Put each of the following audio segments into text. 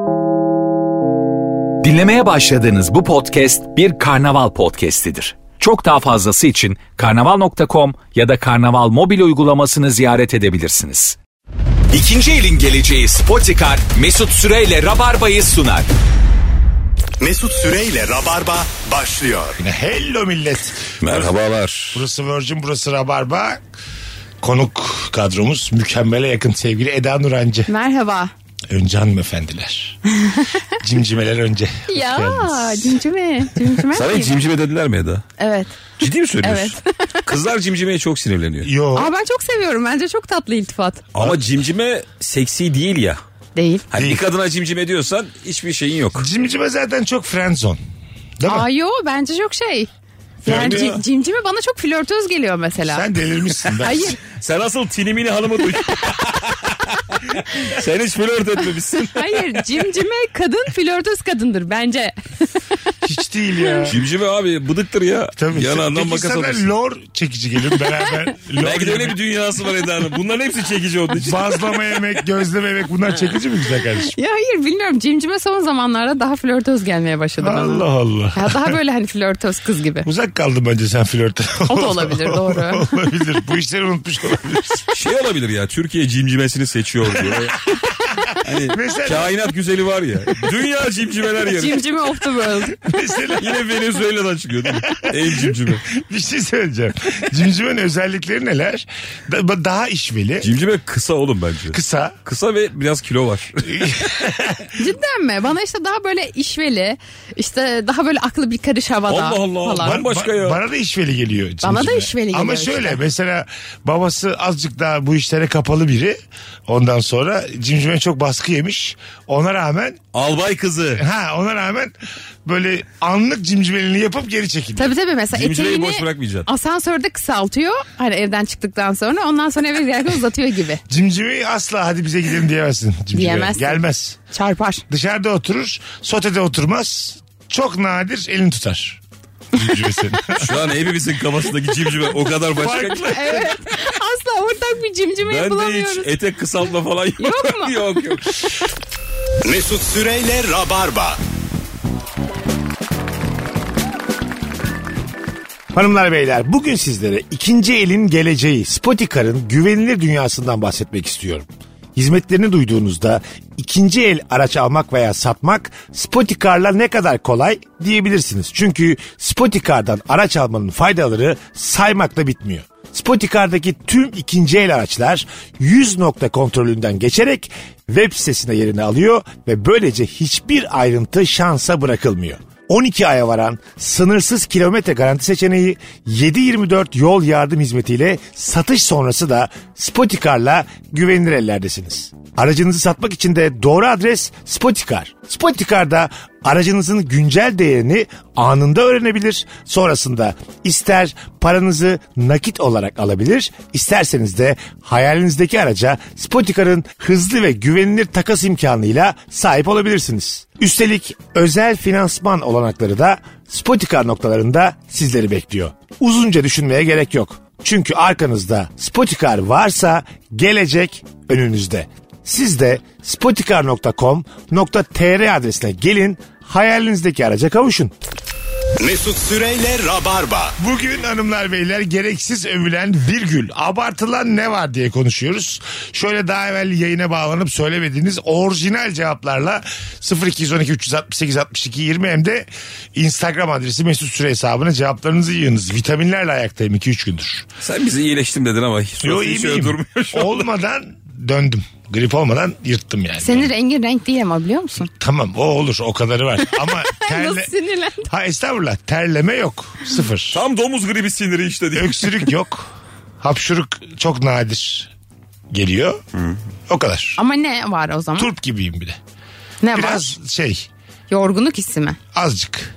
Dinlemeye başladığınız bu podcast bir karnaval podcastidir. Çok daha fazlası için karnaval.com ya da karnaval mobil uygulamasını ziyaret edebilirsiniz. İkinci elin geleceği Spotikar, Mesut Süreyle Rabarba'yı sunar. Mesut Süreyle Rabarba başlıyor. Hello millet. Merhabalar. Burası Virgin, burası Rabarba. Konuk kadromuz mükemmele yakın sevgili Eda Nurancı. Merhaba. Önce hanımefendiler. Cimcimeler önce. Ya cimcime. Cimcime Sana hiç cimcime dediler mi Eda? Evet. Ciddi mi söylüyorsun? Evet. Kızlar cimcimeye çok sinirleniyor. Yo. Aa, ben çok seviyorum. Bence çok tatlı iltifat. Ama cimcime seksi değil ya. Değil. Hani Değil. bir kadına cimcime diyorsan hiçbir şeyin yok. Cimcime zaten çok friendzone. Değil mi? Aa yo bence çok şey. Yani Öyle ya. cimcime bana çok flörtöz geliyor mesela. Sen delirmişsin. Ben. Hayır. Sen asıl tinimini hanımı duy. Sen hiç flört etmemişsin. Hayır cimcime kadın flörtöz kadındır bence. Hiç değil ya. Cimcime abi bıdıktır ya. Tabii. Yanağından Peki makas sana alırsın. lor çekici gelir beraber. Belki de öyle bir dünyası var Eda'nın. Bunların hepsi çekici onun için. Bazlama yemek, gözleme yemek bunlar çekici mi güzel kardeşim? Ya hayır bilmiyorum cimcime son zamanlarda daha flörtöz gelmeye başladı bana. Allah Allah. Ya daha böyle hani flörtöz kız gibi. Uzak kaldım bence sen flörte. O da olabilir, doğru. Olabilir. Bu işleri unutmuş olabilir. Şey olabilir ya, Türkiye cimcimesini seçiyor diyor. Hani Mesela- kainat güzeli var ya. Dünya cimcimeler yeri. Cimcime of the world. Mesela Yine Venezuela'dan çıkıyor değil mi? En cimcime. bir şey söyleyeceğim. Cimcimenin özellikleri neler? Daha işveli. Cimcime kısa oğlum bence. Kısa. Kısa ve biraz kilo var. Cidden mi? Bana işte daha böyle işveli, işte daha böyle aklı bir karış havada Allah Allah. falan. Başka ya. Bana da işveli geliyor. Bana da cimcime. işveli geliyor Ama şöyle işte. mesela babası azıcık daha bu işlere kapalı biri. Ondan sonra cimcime çok baskı yemiş. Ona rağmen Albay kızı. ona rağmen böyle anlık cimcimeliğini yapıp geri çekiliyor. Tabii mesela Cimcimeyi eteğini boş bırakmayacaksın. asansörde kısaltıyor. Hani evden çıktıktan sonra ondan sonra eve giderken uzatıyor gibi. Cimcimeyi asla hadi bize gidelim diyemezsin. Cimcime. Diyemezsin. Gelmez. Çarpar. Dışarıda oturur, sotede oturmaz. Çok nadir elini tutar. Cimcime senin. Şu an hepimizin kafasındaki cimcime o kadar başka ki. Farklı. Evet. Asla ortak bir cimcime Ben de yapılamıyoruz. hiç etek kısaltma falan yok. Yok mu? yok. Mesut Süreyle Rabarba. Hanımlar beyler bugün sizlere ikinci elin geleceği Spotikar'ın güvenilir dünyasından bahsetmek istiyorum. Hizmetlerini duyduğunuzda ikinci el araç almak veya satmak Spotikar'la ne kadar kolay diyebilirsiniz. Çünkü Spotikar'dan araç almanın faydaları saymakla bitmiyor. Spotikar'daki tüm ikinci el araçlar 100 nokta kontrolünden geçerek web sitesine yerini alıyor ve böylece hiçbir ayrıntı şansa bırakılmıyor. 12 aya varan sınırsız kilometre garanti seçeneği, 7/24 yol yardım hizmetiyle satış sonrası da Spotikar'la güvenilir ellerdesiniz. Aracınızı satmak için de doğru adres Spotikar. Spotikar'da aracınızın güncel değerini anında öğrenebilir. Sonrasında ister paranızı nakit olarak alabilir, isterseniz de hayalinizdeki araca Spotikar'ın hızlı ve güvenilir takas imkanıyla sahip olabilirsiniz. Üstelik özel finansman olanakları da Spotikar noktalarında sizleri bekliyor. Uzunca düşünmeye gerek yok. Çünkü arkanızda Spotikar varsa gelecek önünüzde. Siz de spotikar.com.tr adresine gelin, hayalinizdeki araca kavuşun. Mesut Süreyle Rabarba. Bugün hanımlar beyler gereksiz övülen virgül, abartılan ne var diye konuşuyoruz. Şöyle daha evvel yayına bağlanıp söylemediğiniz orijinal cevaplarla 0212 368 62 20 hem de Instagram adresi Mesut Süre hesabına cevaplarınızı yığınız. Vitaminlerle ayaktayım 2-3 gündür. Sen bizi iyileştim dedin ama Yo, hiç iyi öyle miyim? durmuyor şu an. Olmadan döndüm. Grip olmadan yırttım yani. Senin rengin renk değil ama biliyor musun? Tamam o olur, o kadarı var. Ama Nasıl sinirlendin? Ha estağfurullah, terleme yok, sıfır. Tam domuz gribi siniri işte diye. Öksürük yok. Hapşuruk çok nadir geliyor. O kadar. Ama ne var o zaman? Turp gibiyim bir de. Ne var? Biraz şey, Yorgunluk hissi mi? azıcık.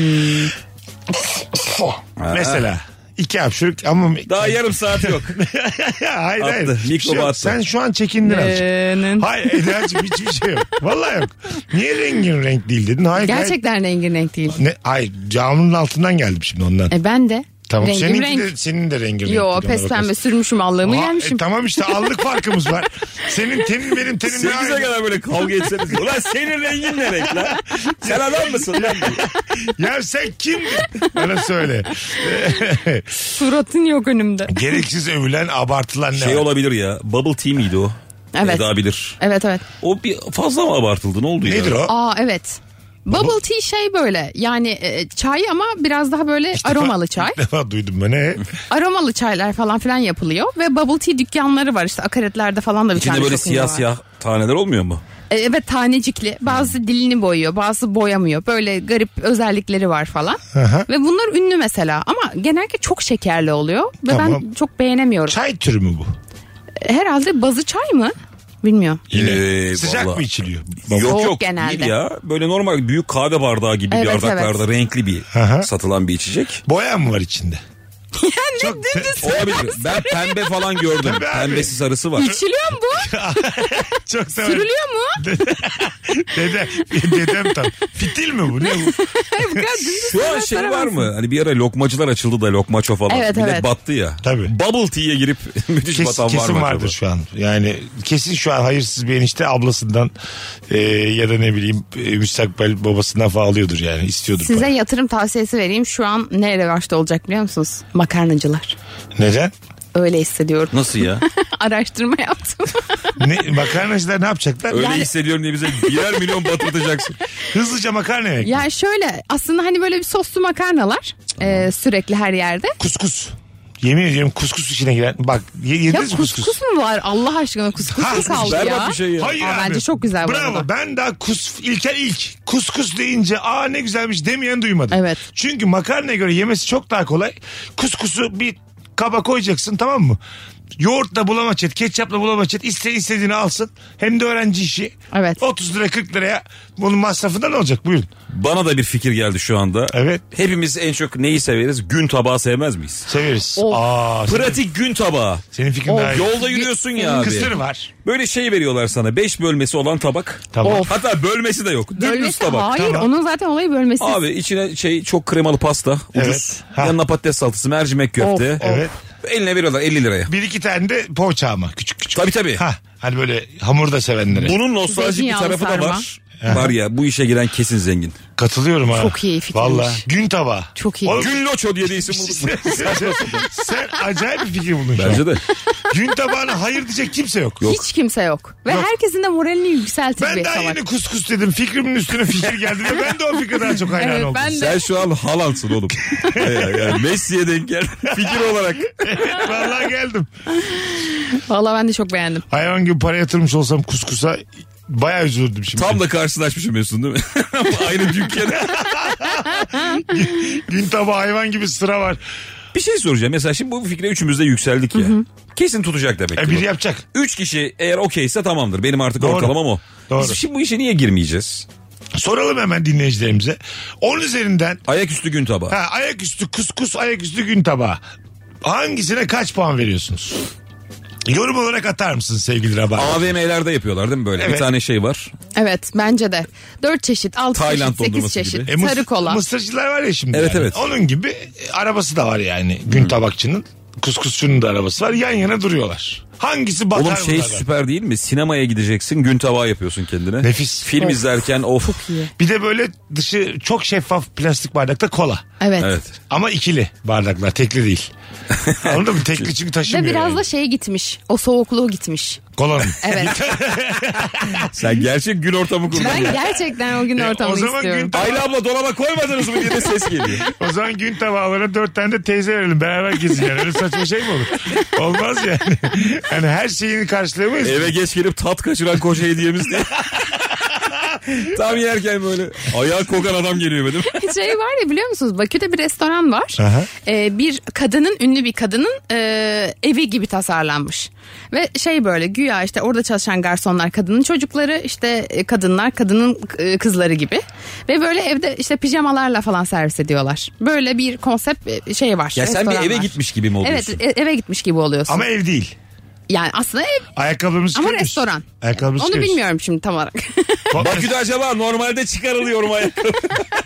Mesela 2 hapşuruk ama... Daha yarım saat yok. hayır Attı, hayır. Hiçbir mikroba şey yok. attı. Sen şu an çekindin azıcık. Hayır Eda'cığım hiçbir şey yok. Vallahi yok. Niye rengin renk değil dedin? Hayır. Gerçekten rengin renk değil. Hayır camının altından geldim şimdi ondan. Ben de. Tamam, Rengim seninki renk. de, senin de rengin Yo renkli, ona pes pembe bakarsın. sürmüşüm allığımı gelmişim. Tamam işte allık farkımız var. Senin tenin benim tenim ne 8'e aynı. kadar böyle kavga etseniz. Ulan senin rengin ne renk lan? Sen adam mısın lan? Ya sen kimdin? Bana söyle. Suratın yok önümde. Gereksiz övülen, abartılan ne Şey var? olabilir ya. Bubble tea miydi o? Evet. Eda bilir. Evet. O bir fazla mı abartıldı? Ne oldu ya? Nedir o? Aa evet. Bubble tea şey böyle yani çay ama biraz daha böyle aromalı çay. İlk defa duydum ben. Aromalı çaylar falan filan yapılıyor ve bubble tea dükkanları var işte akaretlerde falan da bir İçinde tane böyle çok ünlü var. siyah taneler olmuyor mu? Evet tanecikli. Bazı dilini boyuyor, bazı boyamıyor. Böyle garip özellikleri var falan. Aha. Ve bunlar ünlü mesela ama genellikle çok şekerli oluyor ve Tamam. ben çok beğenemiyorum. Çay türü mü bu? Herhalde bazı çay mı? Bilmiyorum. Sıcak vallahi. mı içiliyor? Yok Soğuk yok genelde. değil ya. Böyle normal büyük kahve bardağı gibi Evet, bardaklarda renkli bir Aha. satılan bir içecek. Boya mı var içinde? Çok Olabilir. Ben pembe falan gördüm. Tabii abi. Pembesi sarısı var. İçiliyor mu bu? çok severim. Sürülüyor mu? Dedem tam. Fitil mi bu? Ne bu? Bu kadar dümdüz Şu an sana şey var soramazsın. mı? Hani bir ara lokmacılar açıldı da lokmaço falan. Evet, Millet evet. battı ya. Tabii. Bubble tea'ye girip müthiş batan var Kesin mı vardır acaba? şu an. Yani kesin şu an hayırsız bir enişte ablasından ya da ne bileyim müstakbel babasından falan alıyordur yani. İstiyordur. Size para. yatırım tavsiyesi vereyim. Şu an ne revaçta olacak biliyor musunuz? Makarnacılar. Neden? Öyle hissediyorum. Nasıl ya? Araştırma yaptım. Makarnacılar ne yapacaklar? Öyle Yani- hissediyorum diye bize birer milyon batırtacaksın. Hızlıca makarna yemek. Yani şöyle aslında hani böyle bir soslu makarnalar sürekli her yerde. Kuskus. Yemin ediyorum kuskus içine giren. Bak Ya yediniz mi kuskus mu var Allah aşkına kuskus Ha, mu kaldı berbat ya? bir şey ya. Hayır Aa, abi. bence çok güzel bu Bravo. arada. Ben daha İlker ilk kuskus deyince ne güzelmiş demeyen duymadım. Evet. Çünkü makarnaya göre yemesi çok daha kolay. Kuskusu bir kaba koyacaksın, tamam mı? Yoğurtla bulamaç et, ketçapla bulamaç et. İstediğini alsın. Hem de öğrenci işi. Evet. 30 lira 40 liraya bunun masrafından ne olacak? Buyurun. Bana da bir fikir geldi şu anda. Evet. Hepimiz en çok neyi severiz? Gün tabağı sevmez miyiz? Severiz. Of. Pratik gün tabağı. Senin fikrin daha iyi. Yolda yürüyorsun ya abi. Kısır var. Böyle şey veriyorlar sana. 5 bölmesi olan tabak. Tamam. Of. Hatta bölmesi de yok. Dümdüz Bölmesi tabak. hayır Tamam. onun zaten olayı bölmesi. Abi içine çok kremalı pasta. Ucuz. Evet. Ha. Yanına patates salatası, mercimek köfte. Of, Evet. Eline veriyorlar 50 liraya. Bir iki tane de poğaça ama küçük küçük. Tabii tabii. Ha, hani böyle hamur da sevenlere. Bunun nostaljik bir Zeytinyağlı tarafı da sarma. var. Var ya bu işe giren kesin zengin. Katılıyorum ha. Çok iyi fikirmiş. Valla. Gün tabağı. Çok iyi. Oğlum, Gün loço diye de isim bulduk. sen acayip bir fikir buldun şu an. Bence de. Gün tabağına hayır diyecek kimse yok. Hiç kimse yok. Ve Yok. herkesin de moralini yükseltir Ben bir daha tabak. yeni kuskus dedim. Fikrimin üstüne fikir geldi ve ben de o fikre daha çok hayran Evet, oldum. ben de. Sen şu an Haaland'sın oğlum. yani Messi'ye denk gel. Fikir olarak. Vallahi geldim. Valla ben de çok beğendim. Hayvan gibi para yatırmış olsam kuskusa bayağı üzüldüm şimdi. Tam da karşılaşmışım Mesut'un değil mi? Aynı dükkanı. Gün tabağı hayvan gibi sıra var. Bir şey soracağım. Mesela şimdi bu fikre üçümüz de yükseldik ya. Kesin tutacak demek ki. Biri bu. yapacak. 3 kişi eğer okeyse tamamdır. Benim artık Doğru. ortalamam o. Doğru. Biz şimdi bu işe niye girmeyeceğiz? Soralım hemen dinleyicilerimize. 10 üzerinden Ayaküstü gün tabağı. ayaküstü kuskus, ayaküstü gün tabağı. Hangisine kaç puan veriyorsunuz? Yorum olarak atar mısın sevgili Rabar? AVM'lerde yapıyorlar değil mi böyle? Evet. Bir tane şey var. Evet bence de. 4 çeşit, 6 Tayland çeşit, 8 dondurması çeşit. gibi. Sarı kola. Mısırcılar var ya şimdi. Evet, yani. evet. Onun gibi arabası da var yani. Gün tabakçının. Kuskusçunun da arabası var. Yan yana duruyorlar. Hangisi batar Oğlum şey bunlardan? süper değil mi? Sinemaya gideceksin gün tabağı yapıyorsun kendine. Nefis. Film Of. izlerken of. İyi. Bir de böyle dışı çok şeffaf plastik bardakta kola. Evet. Evet. Ama ikili bardaklar, tekli değil. Anladın mı? Tekli çünkü Ve taşımıyor. biraz yani. da şey gitmiş. O soğukluğu gitmiş. Kolanın. Evet. Sen gerçek gün ortamı kurdun. Ben gerçekten o gün O ortamını zaman istiyorum. gün tabağı, Ayla abla dolaba koymadınız mı diye de ses geliyor. o zaman gün tabağına 4 tane de teyze verelim. Beraber gezin yani. Öyle saçma şey mi olur? Olmaz yani. Hani her şeyini karşılayamayız. Eve geç gelip tat kaçıran koca hediyemiz diye. Tam yerken böyle ayağı kokan adam geliyor benim. Şey var ya biliyor musunuz? Bakü'de bir restoran var. Aha. Bir kadının, ünlü bir kadının evi gibi tasarlanmış. Ve şey böyle güya işte orada çalışan garsonlar kadının çocukları, işte kadınlar kadının kızları gibi. Ve böyle evde işte pijamalarla falan servis ediyorlar. Böyle bir konsept şey var. Ya sen bir restoran eve var. gitmiş gibi mi oluyorsun? Evet, eve gitmiş gibi oluyorsun. Ama ev değil. Yani aslında ev Ayakkabılarımızı ama çıkarıyoruz. restoran. Ayakkabılarımızı Onu çıkarıyoruz. bilmiyorum şimdi tam olarak. Bakü'de acaba normalde çıkarılıyorum ayakkabı.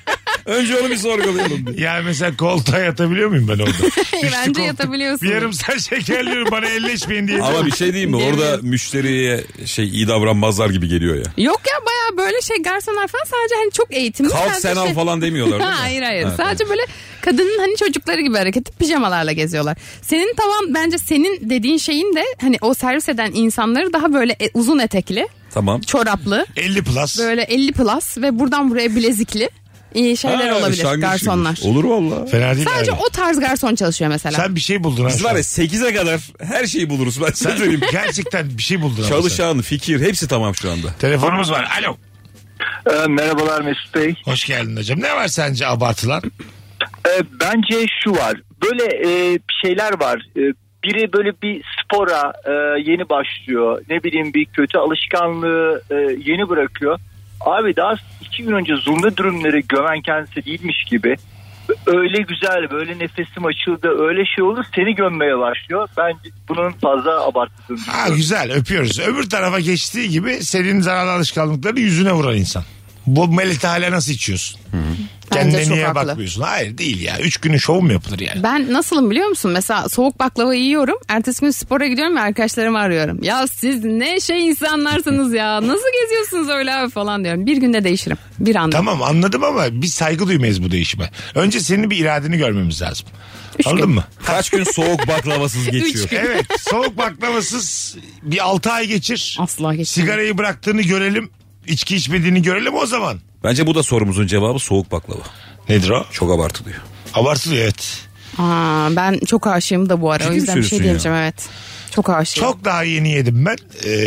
Önce onu bir sorgulayalım. Yani mesela koltuğa yatabiliyor muyum ben orada? Üstü Bence koltuk. yatabiliyorsun. Bir yarım saat şekerliyorum bana elleşmeyin diye. Ama bir şey diyeyim mi? Orada müşteriye iyi davranmazlar gibi geliyor ya. Yok ya baya böyle garsonlar falan sadece hani çok eğitimli. Kalk sen al falan demiyorlar değil mi? Hayır. Ha, Sadece böyle kadının hani çocukları gibi hareketi pijamalarla geziyorlar. Senin tavan bence senin dediğin şeyin de hani o servis eden insanları daha böyle uzun etekli. Tamam. Çoraplı. 50 plus. Böyle 50 plus ve buradan buraya bilezikli şeyler olabilir şangır garsonlar. şungur. Olur valla. Fena değil Sadece yani. o tarz garson çalışıyor mesela. Sen bir şey buldun ha. Biz şu var an. ya 8'e kadar her şeyi buluruz. Ben size söyleyeyim. Gerçekten bir şey buldun ama sen. Çalışan, fikir hepsi tamam şu anda. Telefonumuz var. Alo. Merhabalar Mesut Bey. Hoş geldin hocam. Ne var sence abartılan? Bence şu var. Böyle şeyler var. Biri böyle bir spora yeni başlıyor. Ne bileyim bir kötü alışkanlığı yeni bırakıyor. Abi daha 2 gün önce zumba dürümleri gömen kendisi değilmiş gibi. Öyle güzel, böyle nefesim açıldı, öyle şey olur seni gömmeye başlıyor. Bence bunun fazla abartıldığını Ha düşünüyorum. güzel öpüyoruz. Öbür tarafa geçtiği gibi senin zararlı alışkanlıkları yüzüne vuran insan. Bu melete hala nasıl içiyorsun? Kendine Bence çok niye haklı. bakmıyorsun? Hayır değil ya. 3 günün şov mu yapılır yani? Ben nasılım biliyor musun? Mesela soğuk baklava yiyorum. Ertesi gün spora gidiyorum ve arkadaşlarımı arıyorum. Ya siz ne insanlarsınız ya. Nasıl geziyorsunuz öyle abi falan diyorum. Bir günde değişirim. Bir anda. Tamam anladım ama biz saygı duymayız bu değişime. Önce senin bir iradeni görmemiz lazım. Anladın gün. mı? Kaç gün soğuk baklavasız geçiyor. gün. Evet soğuk baklavasız bir 6 ay geçir. Asla geçmem. Sigarayı bıraktığını görelim. İçki içmediğini görelim o zaman. Bence bu da sorumuzun cevabı soğuk baklava. Nedir o? Çok abartılıyor. Abartılıyor evet. Ben çok aşığım da bu ara. Ciddi O yüzden mi bir şey söylüyorsun diyeceğim evet. Çok aşığım. Çok daha yeni yedim ben.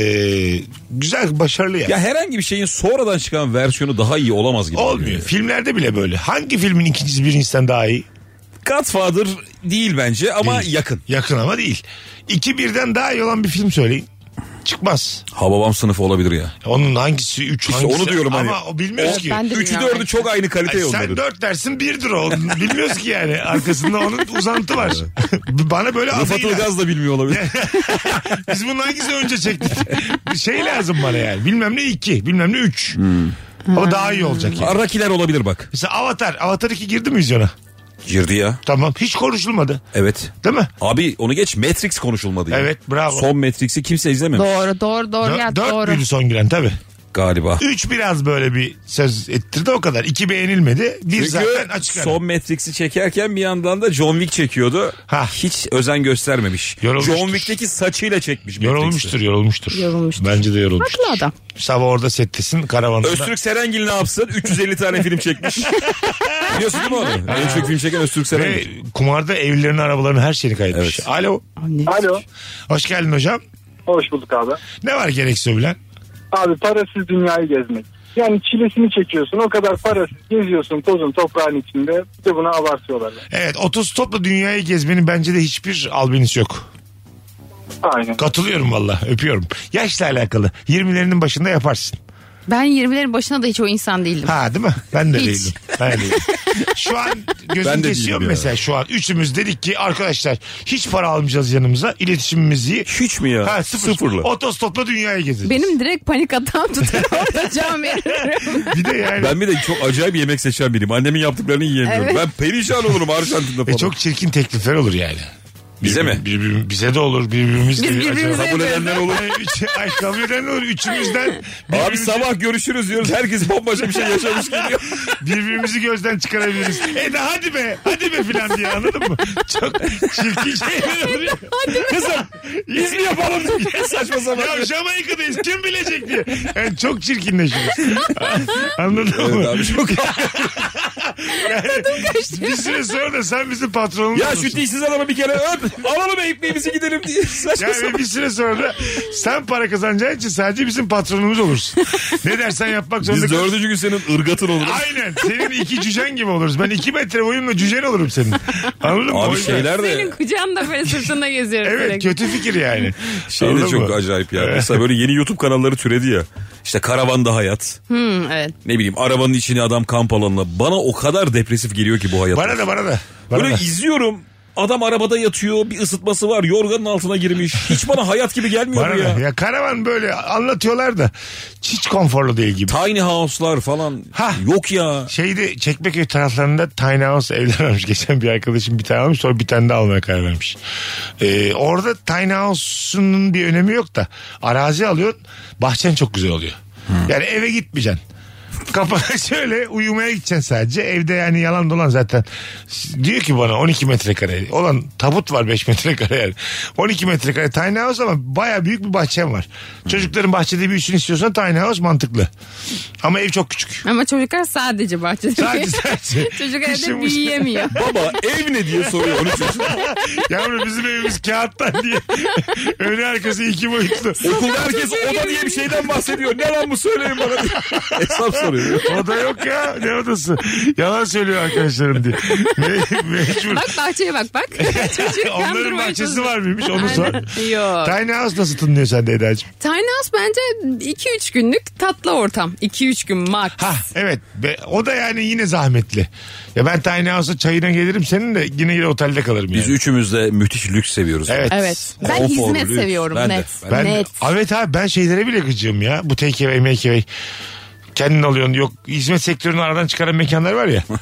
Güzel başarılı yani. Ya herhangi bir şeyin sonradan çıkan versiyonu daha iyi olamaz gibi. Olmuyor. geliyor. Filmlerde bile böyle. Hangi filmin ikincisi birincisinden daha iyi? Godfather değil bence ama Değil. yakın. Yakın ama değil. 2-1'den daha iyi olan bir film söyleyin. Çıkmaz. Hababam sınıfı olabilir ya. Onun hangisi 3 İşte hangisi? onu diyorum hani. Ama o bilmiyoruz Evet, ki. ben de 3'ü bilmiyorum. 4'ü çok aynı kalite Ay, sen onların. 4 dersin 1'dir o. Bilmiyoruz ki yani. Arkasında onun uzantı var. Bana böyle Rıfat adıyla. Ilgaz da bilmiyor olabilir. Biz bunun hangisi önce çektik? Bir şey lazım bana yani. Bilmem ne 2, bilmem ne 3. O daha iyi olacak yani. Rakiler olabilir bak. Mesela Avatar. Avatar 2 girdi mi vizyona? Girdi ya. Tamam. Hiç konuşulmadı. Evet. Değil mi? Abi onu geç, Matrix konuşulmadı ya. Evet, bravo. Son Matrix'i kimse izlememiş Doğru ya 4 doğru. müydü son giren tabii. galiba. 3 biraz böyle bir söz ettirdi o kadar. 2 beğenilmedi. 1 Çünkü zaten açık ara. son Matrix'i çekerken bir yandan da John Wick çekiyordu. Ha. Hiç özen göstermemiş. Yorulmuştur. John Wick'teki saçıyla çekmiş Matrix'i. Yorulmuştur. Bence de yorulmuştur. Haklı adam. Sabah orada settesin karavanında. Öztürk Serengil ne yapsın? 350 tane film çekmiş. Biliyorsun değil mi onu? En çok film çeken Öztürk Ve Serengil. kumarda evlerini, arabalarını, her şeyini kaybetmiş. Evet. Alo. Alo. Hoş geldin hocam. Hoş bulduk abi. Ne var gereksiz övülen? Abi parasız dünyayı gezmek. Yani çilesini çekiyorsun, o kadar parasız geziyorsun tozun toprağın içinde, bir de buna abartıyorlar. Evet, otostopla dünyayı gezmenin bence de hiçbir albenisi yok. Aynen. Katılıyorum valla, öpüyorum. Yaşla alakalı. 20'lerinin başında yaparsın. Ben 20'lerin başına da hiç o insan değildim. Ha değil mi? Ben de Hiç. değilim. Ben de değilim. Şu an Ben gözüm de kesiyor değilim mesela ya. şu an. Üçümüz dedik ki arkadaşlar hiç para almayacağız yanımıza. İletişimimiz iyi. Hiç mi ya? Ha, sıfır. Sıfırla. Otostopla dünyayı gezeceğiz. Benim direkt panik atağım tutar orada cam veririm. Bir de yani. Ben bir de çok acayip yemek seçen biriyim. Annemin yaptıklarını yiyemiyorum. Evet. Ben perişan olurum Arjantin'de falan. Çok çirkin teklifler olur yani. Bize mi? Bize de olur. Birbirimizle. Biz birbirimize Kabul edenler olur. Ay kabul edenler olur. Üçümüzden Abi sabah görüşürüz diyoruz. Herkes bombaca bir şey yaşamış geliyor. birbirimizi gözden çıkarabiliriz. De hadi be filan diye, anladın mı? Çok çirkin şeyler oluyor. Kızım biz mi yapalım? Saçma sapan. Ya Jamaika'dayız kim bilecek diye. Yani çok çirkinleşiyoruz. Anladın mı? Evet abi çok. Bir süre sonra da sen bizim patronumuz Ya olursun. şu dişsiz adamı bir kere öp. Alalım ekmeğimizi gidelim diye. Saçma Yani sapan. bir süre sonra da sen para kazanacağın için sadece bizim patronumuz olursun. Ne dersen yapmak zorunda Biz kalırsın. 4. gün senin ırgatın oluruz. Aynen. Senin 2 cücen gibi oluruz. Ben 2 metre boyumla cücen olurum senin. Anladın mı? O Abi yüzden- şeyler Senin de kucağında böyle sırtında geziyoruz Evet, sürekli. kötü fikir yani. şey de Anladın çok mı? acayip ya. Mesela böyle yeni YouTube kanalları türedi ya. İşte karavanda hayat. Evet. Ne bileyim arabanın içine adam kamp alanına. Bana o kadar depresif geliyor ki bu hayat. Bana da. Bana Böyle da. izliyorum. Adam arabada yatıyor, bir ısıtması var, yorganın altına girmiş. Hiç bana hayat gibi gelmiyor Bana bu ya. ya karavan böyle anlatıyorlar da hiç konforlu değil gibi. Tiny house'lar falan yok ya. Şeyde Çekmeköy taraflarında tiny house evler varmış. Geçen bir arkadaşım bir tane almış, sonra bir tane de almaya karar vermiş. Orada tiny house'un bir önemi yok da arazi alıyorsun, bahçen çok güzel oluyor. Yani eve gitmeyeceksin. Kapağı şöyle uyumaya gideceksin sadece. Evde yani yalan dolan zaten. Diyor ki bana 12 metrekare. Olan tabut var 5 metrekare yani. 12 metrekare tiny house ama baya büyük bir bahçem var. Çocukların bahçede büyüsün istiyorsan tiny house mantıklı. Ama ev çok küçük. Ama çocuklar sadece bahçede. Sadece. Çocuk evde büyüyemiyor. Baba ev ne diye soruyor 13 yaşında. Yavrum bizim evimiz kağıttan diye. Önü arkası 2 boyutlu. Okulda herkes oda diye bir şeyden bahsediyor. Ne lan bu, söyleyin bana diye. Hesap soruyor. Oda yok ya. Ne odası? Yalan söylüyor arkadaşlarım diye. Mecbur. Bak bahçeye bak. Çocuk Onların kandırmaya bahçesi çalışıyor. var mıymış onu sor. Yok. Tiny house nasıl tınlıyor sende Eda'cığım? Tiny house bence 2-3 günlük tatlı ortam. 2-3 gün max. Evet. O da yani yine zahmetli. Ya ben tiny house'a çayına gelirim senin de yine otelde kalırım yani. Biz üçümüz de müthiş lüks seviyoruz. Evet. Ben Konfor, hizmet lüks. seviyorum. Ben de. Net. Ben, Net. evet abi ben şeylere bile gıcığım ya. Bu take away, make away. Kendin alıyorsun. Yok hizmet sektörünü aradan çıkaran mekanlar var ya.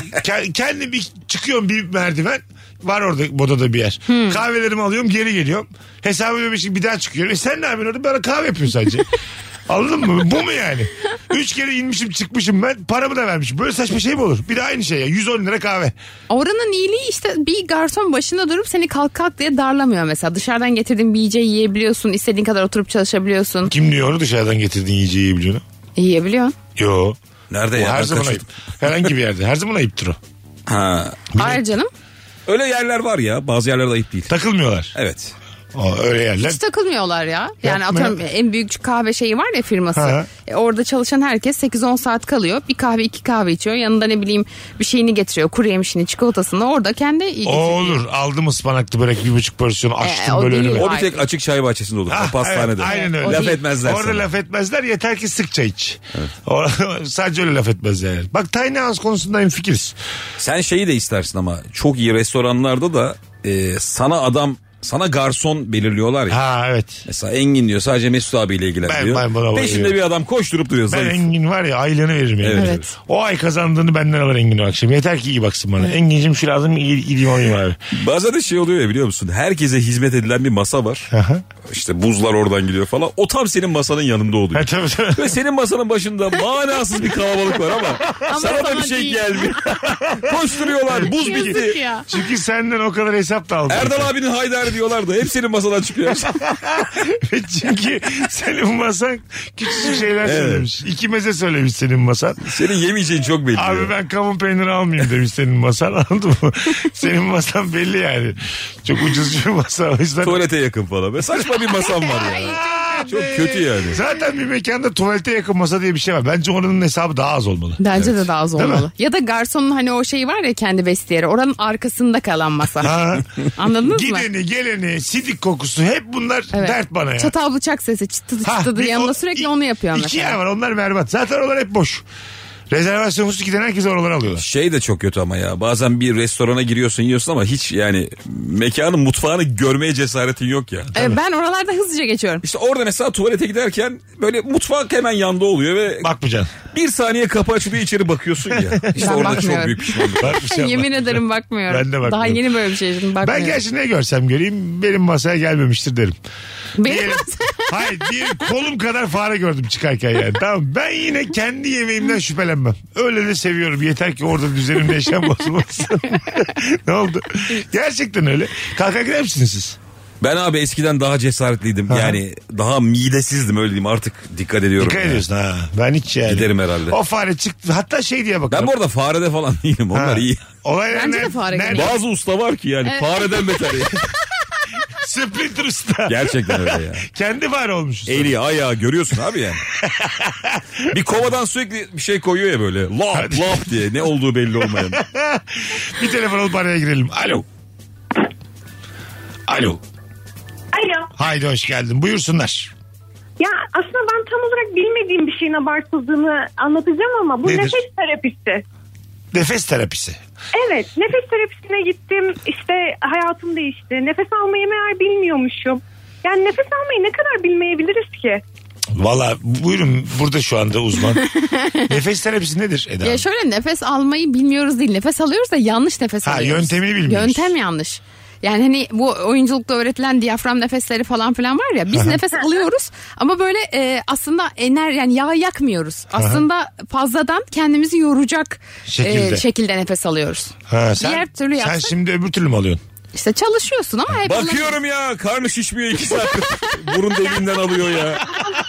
Kendi bir çıkıyorum bir merdiven. Var orada Boda'da bir yer. Kahvelerimi alıyorum geri geliyorum. Hesabı ödemişim bir daha çıkıyorum. Sen ne yapıyorsun orada? Bana kahve yapıyorsun sadece. Anladın mı? Bu mu yani? 3 kere inmişim çıkmışım ben. Paramı da vermişim. Böyle saçma şey mi olur? Bir de aynı şey ya. 110 lira kahve. Oranın iyiliği işte bir garson başında durup seni kalk diye darlamıyor mesela. Dışarıdan getirdiğin bir yiyeceği yiyebiliyorsun. İstediğin kadar oturup çalışabiliyorsun. Kim diyor onu dışarıdan getirdiğin yiyeceği yiyebiliyorsun? Yiyebiliyorsun. Yo. Nerede ya? Her Ben zaman kaçırdım. ayıp. Herhangi bir yerde. Her zaman ayıptır o. Ha. Hayır canım. Öyle yerler var ya. Bazı yerlerde ayıp değil. Takılmıyorlar. Evet. Öyle yerler. Hiç takılmıyorlar ya. Yani Yapma atıyorum ya. en büyük kahve şeyi var ya firması. Ha. Orada çalışan herkes 8-10 saat kalıyor. Bir kahve 2 kahve içiyor. Yanında ne bileyim bir şeyini getiriyor. Kuru yemişini, çikolatasını orada kendi O olur. Aldım ıspanaklı börek 1,5 porsiyon açtım o böyle değil. önüme. O bir tek açık çay bahçesinde olur. Ah, Pastanede. evet, aynen öyle. Laf değil. etmezler Orada sana. laf etmezler yeter ki sıkça iç. Sadece öyle laf etmezler. Yani. Bak tiny house konusunda hemfikiriz. Sen şeyi de istersin ama çok iyi restoranlarda da sana garson belirliyorlar ya. Ha evet. Mesela Engin diyor sadece Mesut abiyle ilgileniyor. Ben buna Peşinde bakıyorum. bir adam koşturup duruyor. Ben zayıf. Engin var ya aylığını veririm. Yani. Evet. O ay kazandığını benden alır Engin o akşam. Yeter ki iyi baksın bana. Engin'cim şu lazım iyi oynayayım abi. Bazen de şey oluyor ya biliyor musun? Herkese hizmet edilen bir masa var. Aha. İşte buzlar oradan gidiyor falan. O tam senin masanın yanında oluyor. Ha, tabii. Ve senin masanın başında manasız bir kalabalık var ama sana da sana bir şey değil. gelmiyor. Koşturuyorlar. Buz bitti. Yazık ya. Çünkü senden o kadar hesap da aldım. Erdal abinin Haydar diyorlar da hep senin masadan çıkıyor. Çünkü senin masan küçücük şeyler söylemiş. 2 meze söylemiş senin masan. Senin yemeyeceğin çok belli. Abi ya. ben kavun peyniri almayayım demiş senin masan, anladın mı? Senin masan belli yani. Çok ucuz bir masa. O yüzden... Tuvalete yakın falan. Ve saçma bir masam var ya. Çok kötü yani. Zaten bir mekanda tuvalete yakın masa diye bir şey var. Bence oranın hesabı daha az olmalı. Bence de daha az Değil mi? olmalı. Ya da garsonun hani o şeyi var ya kendi vestiyeri. Oranın arkasında kalan masa. Ha. Anladınız mı? Gideni geleni sidik kokusu hep bunlar Evet. dert bana ya. Çatal bıçak sesi çıtıdı Ha, çıtıdı bir yanında o- sürekli onu yapıyor İki mesela. yer var onlar berbat. Zaten oralar hep boş. Rezervasyonsuz giden herkes oraları alıyorlar. Şey de çok kötü ama ya. Bazen bir restorana giriyorsun yiyorsun ama hiç yani mekanın mutfağını görmeye cesaretin yok ya. Ben oralarda hızlıca geçiyorum. İşte orada mesela tuvalete giderken böyle mutfak hemen yanda oluyor ve Bakmayacaksın. bir saniye kapı açılıyor içeri bakıyorsun ya. İşte Ben orada bakmıyorum. çok büyük pişmanlık. Bak bir şey yapma. Yemin ederim bakmıyorum. Ben de bakmıyorum. Daha yeni böyle bir şey yaşadım bakmıyorum. Ben gerçi ne görsem göreyim benim masaya gelmemiştir derim. Benim Diyelim- Hayır diyelim kolum kadar fare gördüm çıkarken yani. Tamam ben yine kendi yemeğimden şüphelenmem. Öyle de seviyorum. Yeter ki orada düzenimde yaşam bozulmasın. Ne oldu? Gerçekten öyle. Kalkar gider misiniz siz? Ben abi eskiden daha cesaretliydim. Yani daha midesizdim öyle diyeyim. Artık dikkat ediyorum. Dikkat yani. ediyorsun ha. Ben hiç yani. Giderim herhalde. O fare çıktı. Hatta şey diye bakarım. Ben bu arada farede falan değilim. Onlar Ha. iyi. Olaylar Bence de fare gibi. Bazı usta var ki yani fareden beter. Splinter Usta. Gerçekten öyle ya. Kendi fare olmuş. Eli ayağı görüyorsun abi yani. Bir kovadan sürekli bir şey koyuyor ya böyle. Lap lap diye ne olduğu belli olmayan. Bir telefon alıp araya girelim. Alo. Alo. Alo. Haydi hoş geldin. Buyursunlar. Ya aslında ben tam olarak bilmediğim bir şeyin abartıldığını anlatacağım ama bu Nedir? nefes terapisi. Nefes terapisi. Evet, nefes terapisine gittim. İşte hayatım değişti. Nefes almayı meğer bilmiyormuşum. Yani nefes almayı ne kadar bilmeyebiliriz ki? Valla buyurun, burada şu anda uzman. Nefes terapisi nedir Eda? Ya şöyle, nefes almayı bilmiyoruz değil. Nefes alıyoruz da yanlış nefes alıyoruz. Yöntemini bilmiyoruz. Yöntem yanlış. Yani hani bu oyunculukta öğretilen diyafram nefesleri falan filan var ya, biz nefes alıyoruz ama böyle aslında yani yağ yakmıyoruz. Aslında fazladan kendimizi yoracak şekilde nefes alıyoruz. Diğer türlü sen yapsak, şimdi öbür türlü mü alıyorsun? İşte çalışıyorsun ama hep Bakıyorum ya, karnı şişmiyor 2 saat. Burun deliğinden alıyor ya.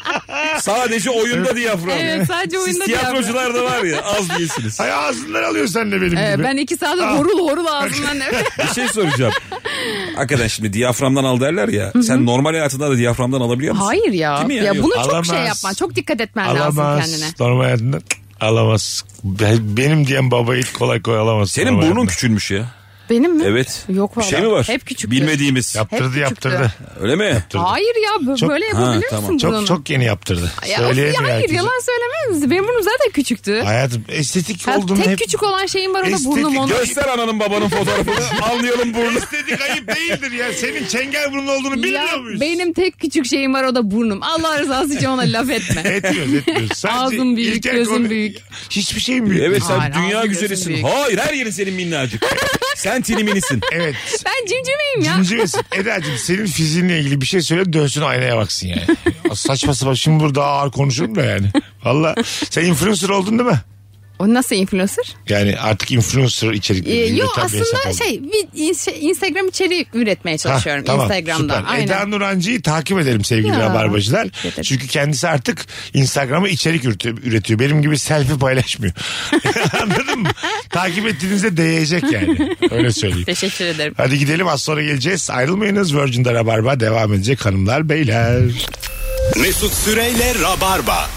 Sadece oyunda diyafram. Evet, sadece oyunda Siz tiyatrocular da var ya, az değilsiniz. Ay, ağzından alıyorsun sen de benim gibi. Ben 2 saat horul ağzımdan nefes. Bir şey soracağım. Hakikaten şimdi diyaframdan al derler ya. Sen normal hayatında da diyaframdan alabiliyor musun? Hayır ya. Değil mi ya? Ya Yok. bunu çok Alamaz. şey yapman, çok dikkat etmen lazım kendine. Normal hayatında alamaz. Benim diyen babayı kolay kolay alamaz. Senin normal burnun hayatında. küçülmüş ya. Benim mi? Evet. Yok Bir valla. şey mi var? Hep küçüktü. Bilmediğimiz. Yaptırdı. Öyle mi? Hayır ya, böyle yapabiliyor tamam. musun bunu? Çok yeni yaptırdı. Hayır, herkese. yalan söylemez. Benim burnum zaten küçüktü. Hayatım estetik olduğunu Tek hep... küçük olan şeyim var, o da Estetik burnum onu. Göster ananın babanın fotoğrafını. Anlayalım burnu. Estetik ayıp değildir ya. Senin çengel burnu olduğunu bilmiyor muyuz? Benim tek küçük şeyim var, o da burnum. Allah rızası için ona laf etme. Etmiyoruz. Sadece Ağzım büyük, İlker gözüm büyük. Hiçbir şeyim büyük. Evet, sen Hayır, dünya ağzın güzelisin. gözün büyük. Hayır, her yerin senin minnacık. Sen tiniminisin. Evet. Ben cimcimeyim ya. Cincimesin. Eda'cığım senin fiziğinle ilgili bir şey söyle, dönsün aynaya baksın yani. Saçma sapan, şimdi burada ağır konuşurum da yani. Valla sen influencer oldun değil mi? O nasıl influencer? Yani artık influencer içerikleri Yok, üreten bir hesap aslında oldun. Instagram içeriği üretmeye çalışıyorum. Tamam, Instagram'da. süper. Aynen. Eda Nurancı'yı takip edelim sevgili Ya, rabarbacılar. ederim. Çünkü kendisi artık Instagram'a içerik üretiyor. Benim gibi selfie paylaşmıyor. Anladın mı? Takip ettiğinizde değecek yani. Öyle söyleyeyim. Teşekkür ederim. Hadi gidelim, az sonra geleceğiz. Ayrılmayınız. Virgin'de Rabarba devam edecek hanımlar beyler. Mesut Süreyle Rabarba.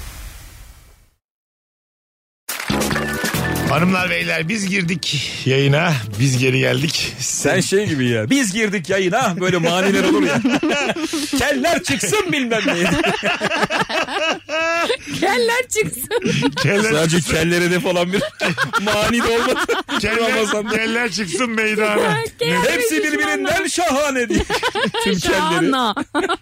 Hanımlar beyler, biz girdik yayına, biz geri geldik. Sen şey gibi ya. Biz girdik yayına, böyle maniler olur ya. Keller çıksın bilmem ne. Keller çıksın. Sadece kellere de falan bir mani de olmadı. Ramazan'da. Keller çıksın meydana. Hepsi birbirinden şahane diye. Tüm kelleri. Şahana.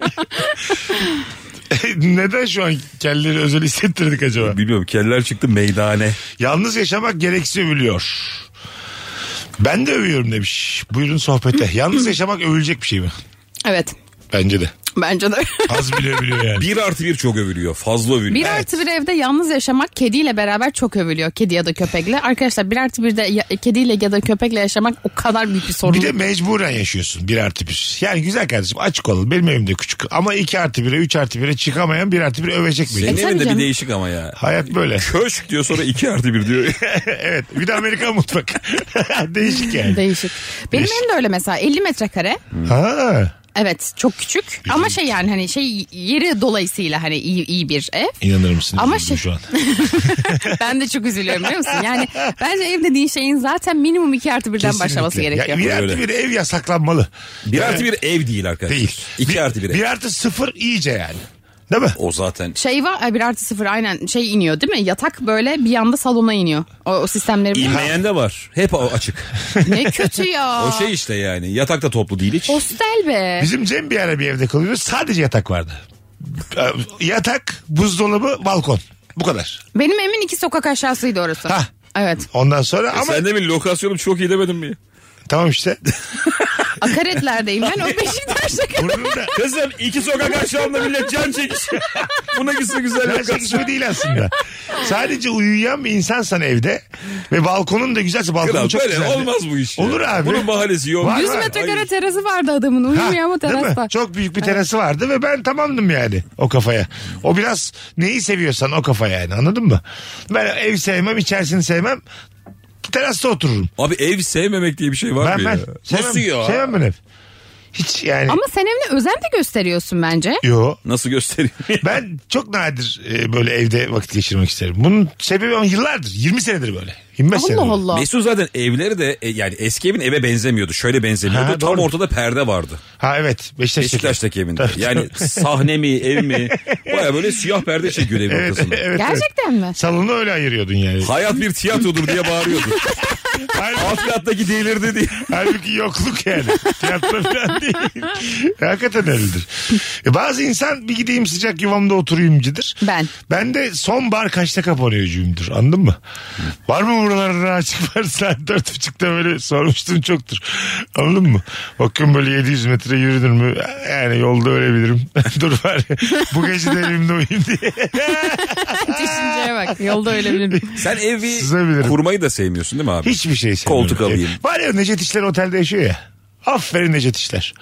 Neden şu an kelleri özel hissettirdik acaba? Bilmiyorum, keller çıktı meydane. Yalnız yaşamak gereksiz övülüyor. Ben de övüyorum demiş. Buyurun sohbete. Yalnız yaşamak övülecek bir şey mi? Evet. Bence de. Bence de. Az bile övülüyor yani. 1+1 çok övülüyor. Fazla övülüyor. 1+1 evde yalnız yaşamak kediyle beraber çok övülüyor. Kedi ya da köpekle. Arkadaşlar 1+1'de kediyle ya da köpekle yaşamak o kadar büyük bir sorun. Bir de mecburen yaşıyorsun 1+1. Yani güzel kardeşim, açık olun. Benim evimde küçük. Ama 2+1'e 3+1'e çıkamayan 1+1 övecek Senin beni. tabii evinde bir canım. değişik ama ya. Hayat böyle. Köşk diyor, sonra 2+1 diyor. Evet, bir de Amerikan mutfak. Değişik yani. Değişik. Benim Değişik. evim de öyle mesela, 50 metrekare. Ha. Evet, çok küçük ama yani hani yeri dolayısıyla hani iyi bir ev. İnanır mısın? Ama Üzüldüm şu an. Ben de çok üzülüyorum, biliyor musun? Yani bence ev dediğin şeyin zaten minimum 2+1'den başlaması Kesinlikle. gerekiyor. Ya, 1+1 ev yasaklanmalı. 1+1 ev değil arkadaşlar. Değil. 2+1 ev. 1+0 iyice yani. Değil mi? O zaten. Şey var, 1+0 aynen iniyor değil mi? Yatak böyle bir anda salona iniyor. O sistemleri biliyor musun? İnmeyen de var. Hep açık. Ne kötü ya. O şey işte yani. Yatak da toplu değil hiç. Hostel be. Bizim Cem bir ara bir evde kalıyordu. Sadece yatak vardı. Yatak, buzdolabı, balkon. Bu kadar. Benim evimin 2 sokak aşağısıydı orası. Ha. Evet. Ondan sonra ama Sen de mi lokasyonum çok iyi demedin mi? tamam işte. Akaretler'deyim ben, o Beşiktaş'ta. Burnunda. Kızım 2 sokak aşağımda millet can çekişiyor. Bu ne güzel Can lokasyon. çekişme değil aslında. Sadece uyuyan bir insansan evde ve balkonun da güzelse, balkonun Kral çok böyle güzeldi. olmaz bu iş. ya. Olur abi. Bunun mahallesi yok. Var, 100 var. metrekare Hayır. terası vardı adamın, uyumuyor ama değil mi? terasta. Çok büyük bir terası vardı ve ben tamamdım yani o kafaya. O biraz neyi seviyorsan o kafa yani, anladın mı? Ben ev sevmem, içerisini sevmem. Terasta otururum. Abi ev sevmemek diye bir şey var mı Ben ya? sevmem, Nasıl ya? sevmem ben ev. Hiç yani. Ama sen evine özen de gösteriyorsun bence. Yo. Nasıl gösteriyor? Ben çok nadir böyle evde vakit geçirmek isterim. Bunun sebebi ama yıllardır. 20 senedir böyle. 25 senedir. Allah Allah. Mesut zaten evleri de yani eski evin eve benzemiyordu. Şöyle benzemiyordu. Ha, Tam doğru. ortada perde vardı. Ha evet. Beşiktaş'taki evinde. Tabii, Yani sahne mi ev mi? Baya böyle siyah perde çekiyor evin Evet, ortasında. evet, Gerçekten mi? Salonu öyle ayırıyordun yani. Hayat bir tiyatrodur diye bağırıyordu. Alt kattaki delirdi diye. Halbuki yokluk yani. Tiyatro falan değil. Hakikaten öyledir. Bazı insan bir gideyim sıcak yuvamda oturayımcıdır. Ben de son bar kaçta kapanıyorcuyumdur. Anladın mı? Var mı buralarda açık var saat 4.30'da böyle sormuştum çoktur. Anladın mı? Bakın böyle 700 metre yürüdür mü? Yani yolda ölebilirim. Dur var ya, bu gece de evimde uyuyayım diye. Düşünceye bak. Yolda ölebilirim. Sen evi Sızabilirim. kurmayı da sevmiyorsun değil mi abi? Hiçbir şey sevmiyorum. Koltuk alayım. Var ya Necdet İşler otelde yaşıyor ya. Aferin Necdet İşler.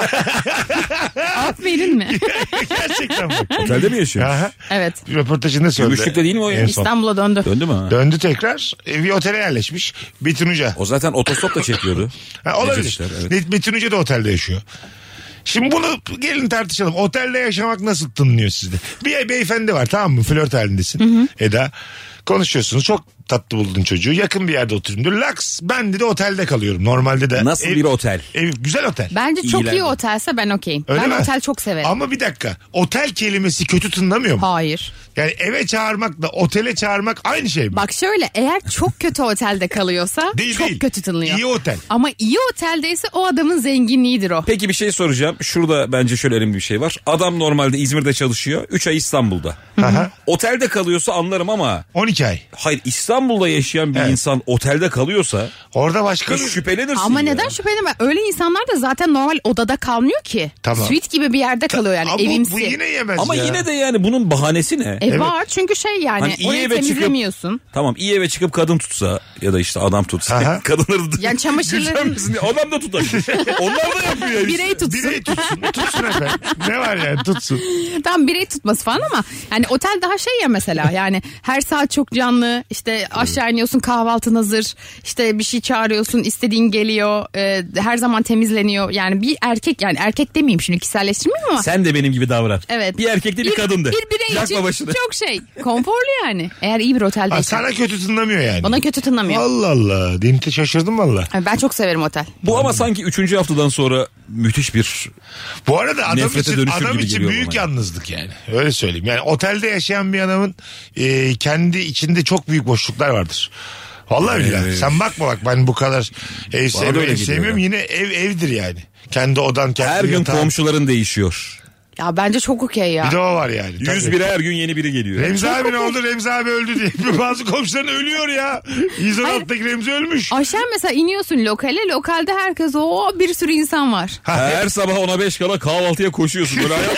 Aferin mi? Gerçekten bak. Otelde mi yaşıyor? Aha. Evet. Bir röportajında söyledi. Gümüşlük'te değil mi o ya? En son. İstanbul'a döndü. Döndü mü? Döndü tekrar. Bir otele yerleşmiş. Betin Uca. O zaten otostop da çekiyordu. Ha, olabilir. Necdet İşler, evet. Betin Uca da otelde yaşıyor. Şimdi bunu gelin tartışalım. Otelde yaşamak nasıl tınlıyor sizde? Bir beyefendi var, tamam mı? Flört halindesin. Eda. Konuşuyorsunuz. Çok tatlı buldun çocuğu. Yakın bir yerde oturayım diyor. Laks ben de otelde kalıyorum. Normalde de. Nasıl bir otel? Güzel otel. Bence çok İyiler iyi mi? otelse ben okeyim. Öyle Ben mi? otel çok severim. Ama bir dakika. Otel kelimesi kötü tınlamıyor mu? Hayır. Yani eve çağırmakla otele çağırmak aynı şey mi? Bak şöyle, eğer çok kötü otelde kalıyorsa Değil, çok değil. kötü tınlıyor. İyi otel. Ama iyi oteldeyse o adamın zenginliğidir o. Peki bir şey soracağım. Şurada bence şöyle önemli bir şey var. Adam normalde İzmir'de çalışıyor. 3 ay İstanbul'da. Aha. Otelde kalıyorsa anlarım ama 12 ay. hayır, İstanbul'da yaşayan bir Evet. insan otelde kalıyorsa Orada başka bir şüphelenirsin. Ama ya. neden şüphelenme? Öyle insanlar da zaten normal odada kalmıyor ki. Tamam. Suite gibi bir yerde kalıyor yani, Ama evimsi. bu yine yemez Ama ya. yine de yani bunun bahanesi ne? Evet. Var çünkü şey yani Hani iyi orayı eve çıkıp- temizlemiyorsun. Tamam, iyi eve çıkıp kadın tutsa ya da işte adam tutsa. Aha. Kadınları da Yani çamaşırların adam da tutar. Onlar da yapıyor yani. birey tutsun. Birey tutsun. Tutsun efendim. Ne var yani tutsun. Tam birey tutması falan ama yani otel daha şey ya mesela, yani her saat çok canlı, işte aşağı iniyorsun kahvaltın hazır, işte bir şey çağırıyorsun istediğin geliyor, her zaman temizleniyor. Yani bir erkek, yani erkek demeyeyim şimdi, kişiselleştirmeyeyim ama. Sen de benim gibi davran. Evet. Bir erkek de bir kadın de. Bir birey Yakma için başını. çok şey konforlu yani. Eğer iyi bir Ha, oteldeysen. sana kötü tınlamıyor yani. Bana kötü tınlamıyor. Allah Allah. Dinti şaşırdım valla. Ben çok severim otel. Bu ama sanki 3. haftadan sonra müthiş bir... Bu arada adam Nefrete için, dönüşür adam gibi için geliyor büyük bana. yalnızlık yani. Öyle söyleyeyim. Yani otelde yaşayan bir adamın kendi içinde çok büyük boşluklar vardır. Vallahi billahi. Sen bakma bak, ben bu kadar ev Bana da öyle sevmiyorum. geliyor Yine evdir yani. Kendi odan, kendi Her gün yatağın. komşuların değişiyor. Ya bence çok okey ya. Bir de o var yani. 101'e her gün yeni biri geliyor. Remzi abi ne oldu? Remzi abi öldü diye. Bazı komşuların ölüyor ya. 116'daki Remzi ölmüş. Aşağı mesela iniyorsun lokale. Lokalde herkes bir sürü insan var. Her sabah ona 5 kala kahvaltıya koşuyorsun. Böyle ayak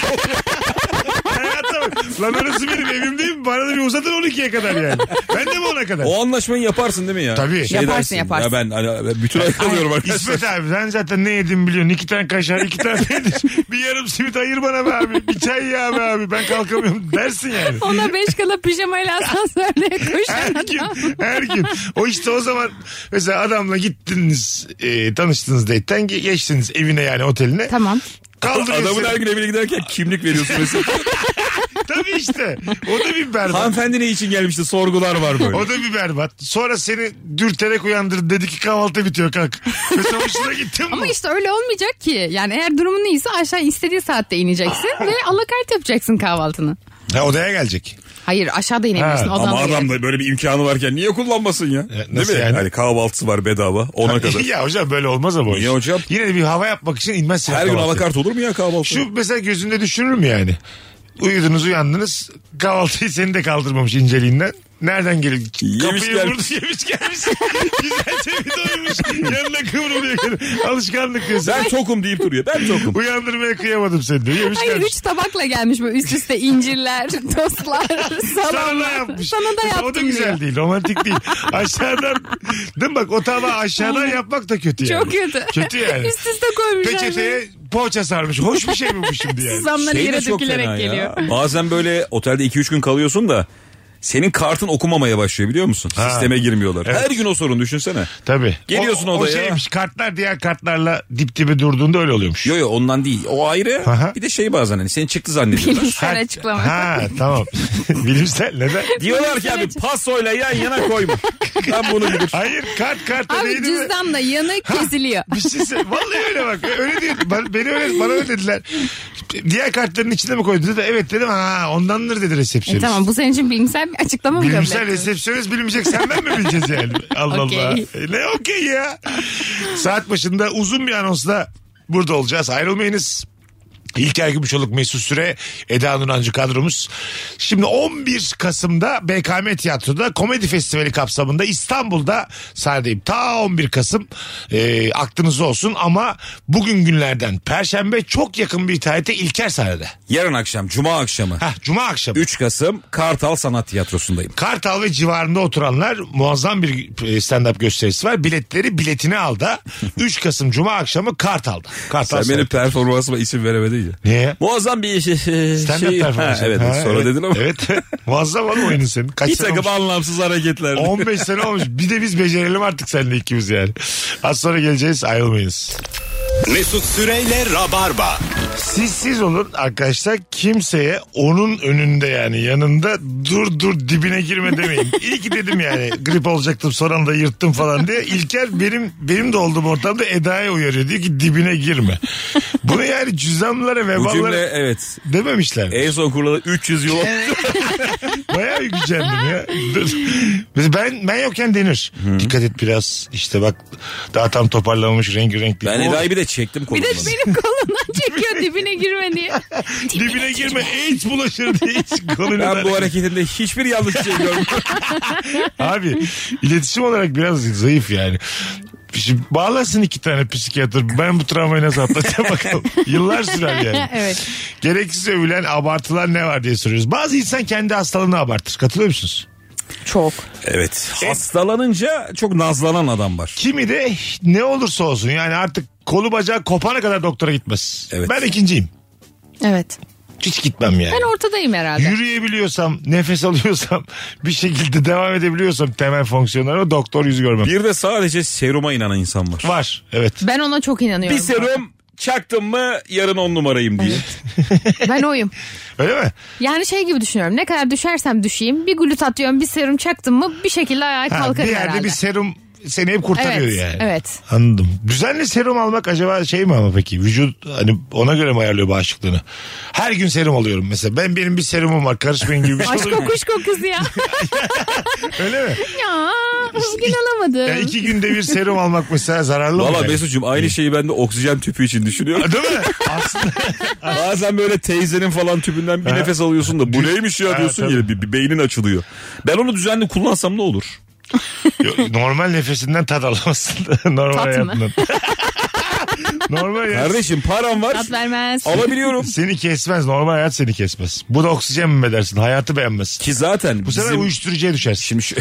Hayata bak. Lan orası benim evim değil mi? Bana da bir uzatın 12'ye kadar yani. Ben de mi ona kadar? O anlaşmayı yaparsın değil mi ya? Tabii. Yaparsın, yaparsın. Ya ben hani bütün ay kalıyorum arkadaşlar. İsmet abi sen zaten ne yedin biliyorsun. 2 tane kaşar, 2 tane peynir. Bir yarım simit ayır bana be abi. Bir çay ya be abi. Ben kalkamıyorum dersin yani. Ona 5 kala pijamayla asansörle Her koşan gün, adam. her gün. O işte o zaman mesela adamla gittiniz, tanıştınız date'ten, geçtiniz evine yani oteline. Tamam. Kaldırıyorsun. Adamın her gün evine giderken kimlik veriyorsun mesela. Tabii işte. O da bir berbat. Hanımefendi ne için gelmişti, sorgular var böyle. O da bir berbat. Sonra seni dürterek uyandırdı. Dedi ki kahvaltı bitiyor kalk. Mesela hoşuna gittin mi? Ama işte öyle olmayacak ki. Yani eğer durumun iyiyse aşağı istediği saatte ineceksin ve alakart yapacaksın kahvaltını. Ha, odaya gelecek. Hayır, aşağıda inebilirsin. Ha, Odan Ama da adam gelecek. da böyle bir imkanı varken niye kullanmasın ya? nasıl Değil mi? yani? Hani kahvaltısı var bedava ona kadar. Ya hocam böyle olmaz ama. Niye hocam? Yine de bir hava yapmak için inmezsin. Her gün kahvaltıya. alakart olur mu ya kahvaltı? Şu mesela gözünde düşünür mü yani? Uyudunuz uyandınız. Kahvaltıyı seni de kaldırmamış inceliğinden. Nereden geliyor? Yemiş Kapıyı gelmiş. vurdu, yemiş gelmiş. Güzelce bir doymuş. Yanına kıvrılıyor. Alışkanlık diyorsun. Ben tokum deyip duruyor. Ben tokum. Uyandırmaya kıyamadım seni diyor. Yemiş Hayır, gelmiş. 3 tabakla gelmiş böyle üst üste incirler, tostlar, Sana da salamlar. yapmış. Sana da Mesela yaptım o da güzel diyor. değil. Romantik değil. Aşağıdan. Değil mi bak, o tabağı aşağıdan yapmak da kötü yani. Çok kötü. Kötü yani. Üst üste koymuş. her şeyi. Peçeteye poğaça sarmış. Hoş bir şey mi bu şimdi yani? Zamları Şey de yere çok dökülerek fena geliyor. ya. Bazen böyle otelde 2-3 gün kalıyorsun da Senin kartın okumamaya başlıyor biliyor musun? Ha. Sisteme girmiyorlar. Evet. Her gün o sorun düşünsene. Tabii. Geliyorsun o odaya. şeymiş, kartlar diğer kartlarla dip dibe durduğunda öyle oluyormuş. Yo ondan değil. O ayrı. Aha. Bir de şey bazen hani seni çıktı zannediyorlar. Bilimsel açıklama. Ha tamam. Bilimsel neden? Diyorlar ki abi pasoyla yan yana koyma. Ben bunu bilir. Hayır kartta Abi neydi mi? cüzdanla yanı kesiliyor. Bir şey söyle. Vallahi öyle bak. Öyle diyor. Bana öyle dediler. Diğer kartların içine mi koydu dedi. Evet dedim. Ha ondandır dedi resepsiyonist. Tamam bu senin için bilimsel bir açıklama mı? Bilimsel resepsiyonist bilimsek sen ben mi bileceğiz yani? Allah Okey. Allah. Ne okey ya. Saat başında uzun bir anonsla burada olacağız. Ayrılmayınız. İlker Gümüşoluk, Mesut Süre, Eda Nurancı kadromuz. Şimdi 11 Kasım'da BKM Tiyatro'da Komedi Festivali kapsamında İstanbul'da sahnedeyim. Ta 11 Kasım aklınızda olsun ama bugün günlerden Perşembe çok yakın bir tarihte İlker sahnede. Yarın akşam Cuma akşamı. Cuma akşamı. 3 Kasım Kartal Sanat Tiyatrosu'ndayım. Kartal ve civarında oturanlar muazzam bir stand-up gösterisi var. Biletini al da 3 Kasım Cuma akşamı Kartal'da. Kartal Sen benim Sanat. performansıma isim veremedin ya. Niye? Muazzam bir Stand-up performansı. Evet sonra dedin ama. Evet. Muazzam oğlum oyunun senin. Kaç Bir sene takım olmuş? anlamsız hareketler. 15 sene olmuş. Bir de biz becerelim artık seninle ikimiz yani. Az sonra geleceğiz, ayrılmayınız. Mesut Süreyle Rabarba. Siz olun arkadaşlar, kimseye onun önünde yani yanında dur dibine girme demeyin. İyi ki dedim yani grip olacaktım son anda yırttım falan diye. İlker benim de olduğum ortamda Eda'ya uyarıyor. Diyor ki dibine girme. Bunu yani cüzdanlara Bu veballara cümle evet. dememişler. En son kurulan 300 yıl oldu. Bayağı bir gücendim ya. Mesela ben yokken denir. Dikkat et biraz işte bak daha tam toparlamamış renk. Ben Eda'yı bir de çektim Bir kolumdan. de benim kolumdan çekiyor dibine girme diye. dibine girme AIDS bulaşır diye hiç konuyla. Ben bu hareketinde hiçbir yanlış şey görmedim. Abi iletişim olarak biraz zayıf yani. Şimdi bağlasın 2 tane psikiyatr. Ben bu travmayı nasıl atlatacağım bakalım. Yıllar sürer yani. Evet. Gereksiz övülen abartılar ne var diye soruyoruz. Bazı insan kendi hastalığını abartır. Katılıyor musunuz? Çok. Evet. Hastalanınca çok nazlanan adam var. Kimi de ne olursa olsun yani artık kolu bacağı kopana kadar doktora gitmez. Evet. Ben ikinciyim. Evet. Hiç gitmem yani. Ben ortadayım herhalde. Yürüyebiliyorsam, nefes alıyorsam, bir şekilde devam edebiliyorsam temel fonksiyonlarıma doktor yüzü görmem. Bir de sadece seruma inanan insan var. Var evet. Ben ona çok inanıyorum. Bir serum çaktım mı yarın 10 numarayım diye. Ben oyum. Öyle mi? Yani şey gibi düşünüyorum. Ne kadar düşersem düşeyim. Bir glutat diyorum, bir serum çaktım mı bir şekilde ayağa Ha, kalkarım bir yerde herhalde. bir serum seni hep kurtarıyor Evet, yani. evet. Anladım. Düzenli serum almak acaba şey mi ama peki? Vücut hani ona göre mi ayarlıyor bağışıklığını? Her gün serum alıyorum mesela. Benim bir serumum var. Karışmayın gibi bir şey Aşk olur mu? kokuş kokusu ya. Öyle mi? Ya bugün alamadım. Ya 2 günde bir serum almak mesela zararlı mı? Valla yani? Mesut'cum aynı şeyi ben de oksijen tüpü için düşünüyorum. Değil mi? Aslında Bazen böyle teyzenin falan tüpünden bir Ha. nefes alıyorsun da bu neymiş ya Ha, diyorsun tabii. ya bir beynin açılıyor. Ben onu düzenli kullansam ne olur? normal nefesinden tad alamazsın. Normal Tat mı? hayatından. Normal hayat. Kardeşim param var Tat vermez. alabiliyorum. Seni kesmez. Normal hayat seni kesmez. Bu da oksijen mi edersin? Hayatı beğenmez. Ki zaten Bu sefer bizim... uyuşturucuya düşersin. Şimdi şu...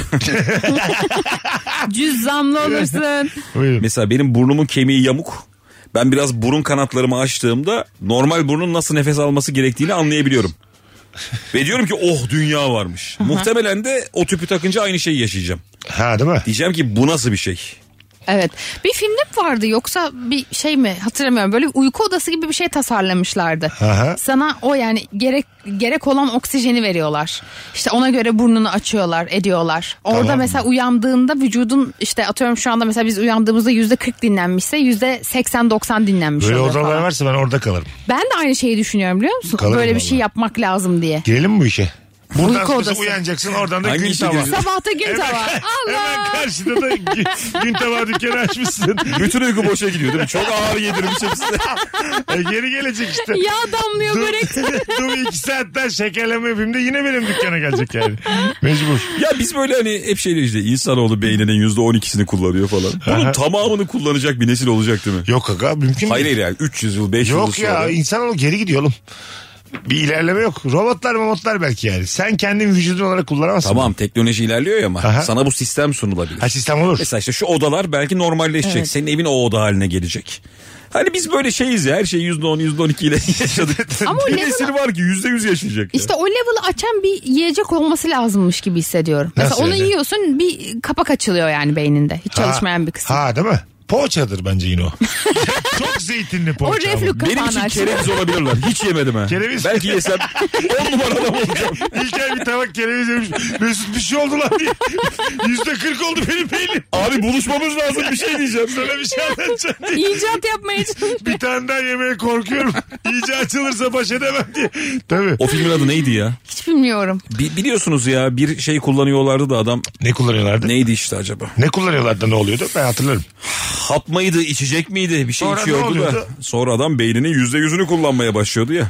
Cüzdanlı olursun. Buyurun. Mesela benim burnumun kemiği yamuk. Ben biraz burun kanatlarımı açtığımda normal burnun nasıl nefes alması gerektiğini anlayabiliyorum. Ve diyorum ki oh dünya varmış. Muhtemelen de o tüpü takınca aynı şeyi yaşayacağım. Ha değil mi? Diyeceğim ki bu nasıl bir şey? Evet. Bir filmde mi vardı yoksa bir şey mi hatırlamıyorum. Böyle uyku odası gibi bir şey tasarlamışlardı. Aha. Sana o yani gerek olan oksijeni veriyorlar. İşte ona göre burnunu açıyorlar, ediyorlar. Orada Tamam. mesela uyandığında vücudun işte atıyorum şu anda mesela biz uyandığımızda %40 dinlenmişse %80-90 dinlenmiş Böyle oluyor odalar falan. varsa ben orada kalırım. Ben de aynı şeyi düşünüyorum biliyor musun? Kalırım Böyle bir vallahi. şey yapmak lazım diye. Girelim mi bu işe? Buradan Uyku sonra odası. uyanacaksın oradan da Hangi gün işe tabağı. gireceğiz? Sabahta gün tava. Hemen Allah. karşıda da gün tabağı dükkanı açmışsın. Bütün uyku boşa gidiyor değil mi? Çok ağır yedirmişim size. Geri gelecek işte. Yağ damlıyor börekten. Dur 2 saatten şekerleme yapayım da yine benim dükkana gelecek yani. Mecbur. Ya biz böyle hani hep şeyler işte insanoğlu beyninin %12'sini kullanıyor falan. Bunun tamamını kullanacak bir nesil olacak değil mi? Yok aga mümkün Hayır değil. hayır yani 300 yıl 500 yıl Yok sonra. ya insanoğlu geri gidiyor oğlum. Bir ilerleme yok. Robotlar belki yani. Sen kendin vücudun olarak kullanamazsın. Tamam teknoloji ilerliyor ya ama Aha. sana bu sistem sunulabilir. Ha sistem olur. Mesela işte şu odalar belki normalleşecek. Evet. Senin evin o oda haline gelecek. Hani biz böyle şeyiz ya, her şeyi %10 %12 ile yaşadık. Ama o bir level- nesil var ki %100 yaşayacak. İşte o level'ı açan bir yiyecek olması lazımmış gibi hissediyorum. Nasıl Mesela onu yani? yiyorsun, bir kapak açılıyor yani beyninde. Hiç çalışmayan bir kısım. Ha değil mi? Poğaçadır bence yine o. Çok zeytinli O poğaça ama. reflü Benim kapağını için açıyor. kereviz olabilirler. Hiç yemedim ha. Kereviz. Belki yesem 10 numara adam olacağım. İlker bir tabak kereviz yemiş. Mesut bir şey oldu lan diye. %40 oldu benim beynim. Abi buluşmamız lazım, bir şey diyeceğim. Sana bir şey anlatacağım diye. İcat yapmaya çalışıyor. Bir tane daha yemeye korkuyorum. İyice açılırsa baş edemem diye. Tabii. O filmin adı neydi ya? Hiç bilmiyorum. Biliyorsunuz ya, bir şey kullanıyorlardı da adam, Ne kullanıyorlardı? neydi işte acaba? Ne kullanıyorlardı da ne oluyordu? Ben hatırlarım. Hap mıydı, içecek miydi? Bir şey Sonra ne içiyordu da. oluyordu? Sonra adam beyninin %100'ünü kullanmaya başlıyordu ya.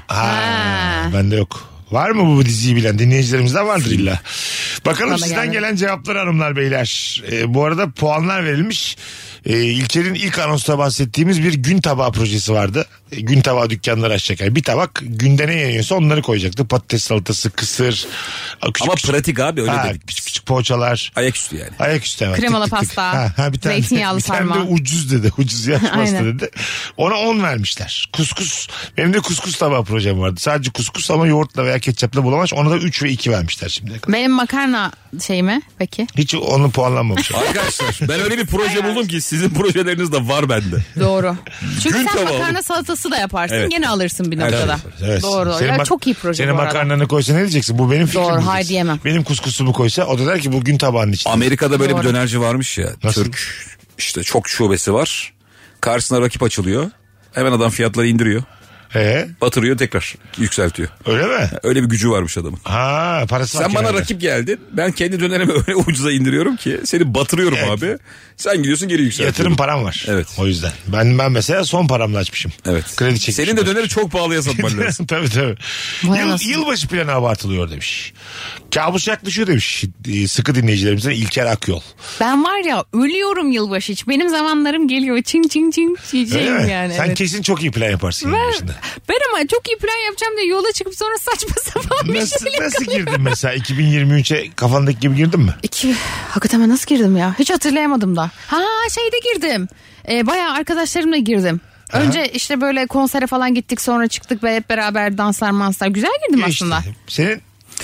Ha, bende yok. Var mı bu diziyi bilen? Dinleyicilerimizden vardır illa. Bakalım Bana sizden gelmedi. gelen cevaplar hanımlar beyler. Bu arada puanlar verilmiş. İlker'in ilk anonsta bahsettiğimiz bir gün tabağı projesi vardı. Gün tabağı dükkanları açacak. Yani bir tabak günde ne yeniyorsa onları koyacaktı. Patates salatası, kısır. Küçük Ama küçük, pratik abi, öyle dedik. küçük küçük poğaçalar. Ayaküstü yani. Ayaküstü evet. Kremalı Tık tık tık. pasta, Bir tane, zeytinyağlı bir tane sarma. de ucuz dedi. Ucuz yaş pasta Aynen. dedi. Ona 10 vermişler. Kuskus. Benim de kuskus tabağı projem vardı. Sadece kuskus ama yoğurtla veya ketçapla bulamaç. Ona da 3 ve 2 vermişler şimdiye kadar. Benim makarna şey mi peki? Hiç onun puanlanmamış. Arkadaşlar ben öyle bir proje buldum ki sizin projeleriniz de var bende. Doğru. Çünkü Gün sen tabağı makarna oğlum. salatası da yaparsın. Evet. Gene alırsın bir noktada. Evet. Doğru. Senin Ya çok iyi proje senin bu arada. makarnanı koysa ne diyeceksin? Bu benim fikrim Doğru, diyeceksin. hayır diyemem. Benim kuskusumu koysa o da der ki bu gün tabağının içinde. Amerika'da böyle Doğru. bir dönerci varmış ya. Nasıl? Türk işte çok şubesi var. Karşısına rakip açılıyor. Hemen adam fiyatları indiriyor. Batırıyor, tekrar yükseltiyor. Öyle mi? Öyle bir gücü varmış adamın. Ha, parası var Sen bana kenarda. rakip geldin. Ben kendi dönerimi öyle ucuza indiriyorum ki seni batırıyorum Evet. abi. Sen gidiyorsun geri yükseltiyorsun. Yatırım param var. Evet. O yüzden. Ben mesela son paramla açmışım. Evet. Kredi çekmişim. Senin de döneri çok pahalıya satman lazım. tabii. Vay anasını. Yılbaşı planı abartılıyor demiş. Kabus yaklaşıyor demiş. Sıkı dinleyicilerimizden İlker Akyol. Ben var ya ölüyorum yılbaşı hiç. Benim zamanlarım geliyor. Çing çing çing. Öyle Çiçeğim mi? yani. Sen evet. kesin çok iyi plan yaparsın yılbaşında. Ben ama çok iyi plan yapacağım diye yola çıkıp sonra saçma sapan bir şeyle Nasıl girdin mesela 2023'e kafandaki gibi girdin mi? Hakikaten ben nasıl girdim ya? Hiç hatırlayamadım da. Ha şeyde girdim. Bayağı arkadaşlarımla girdim. Önce işte böyle konsere falan gittik, sonra çıktık ve hep beraber danslar manslar. Güzel girdim İşte, aslında. senin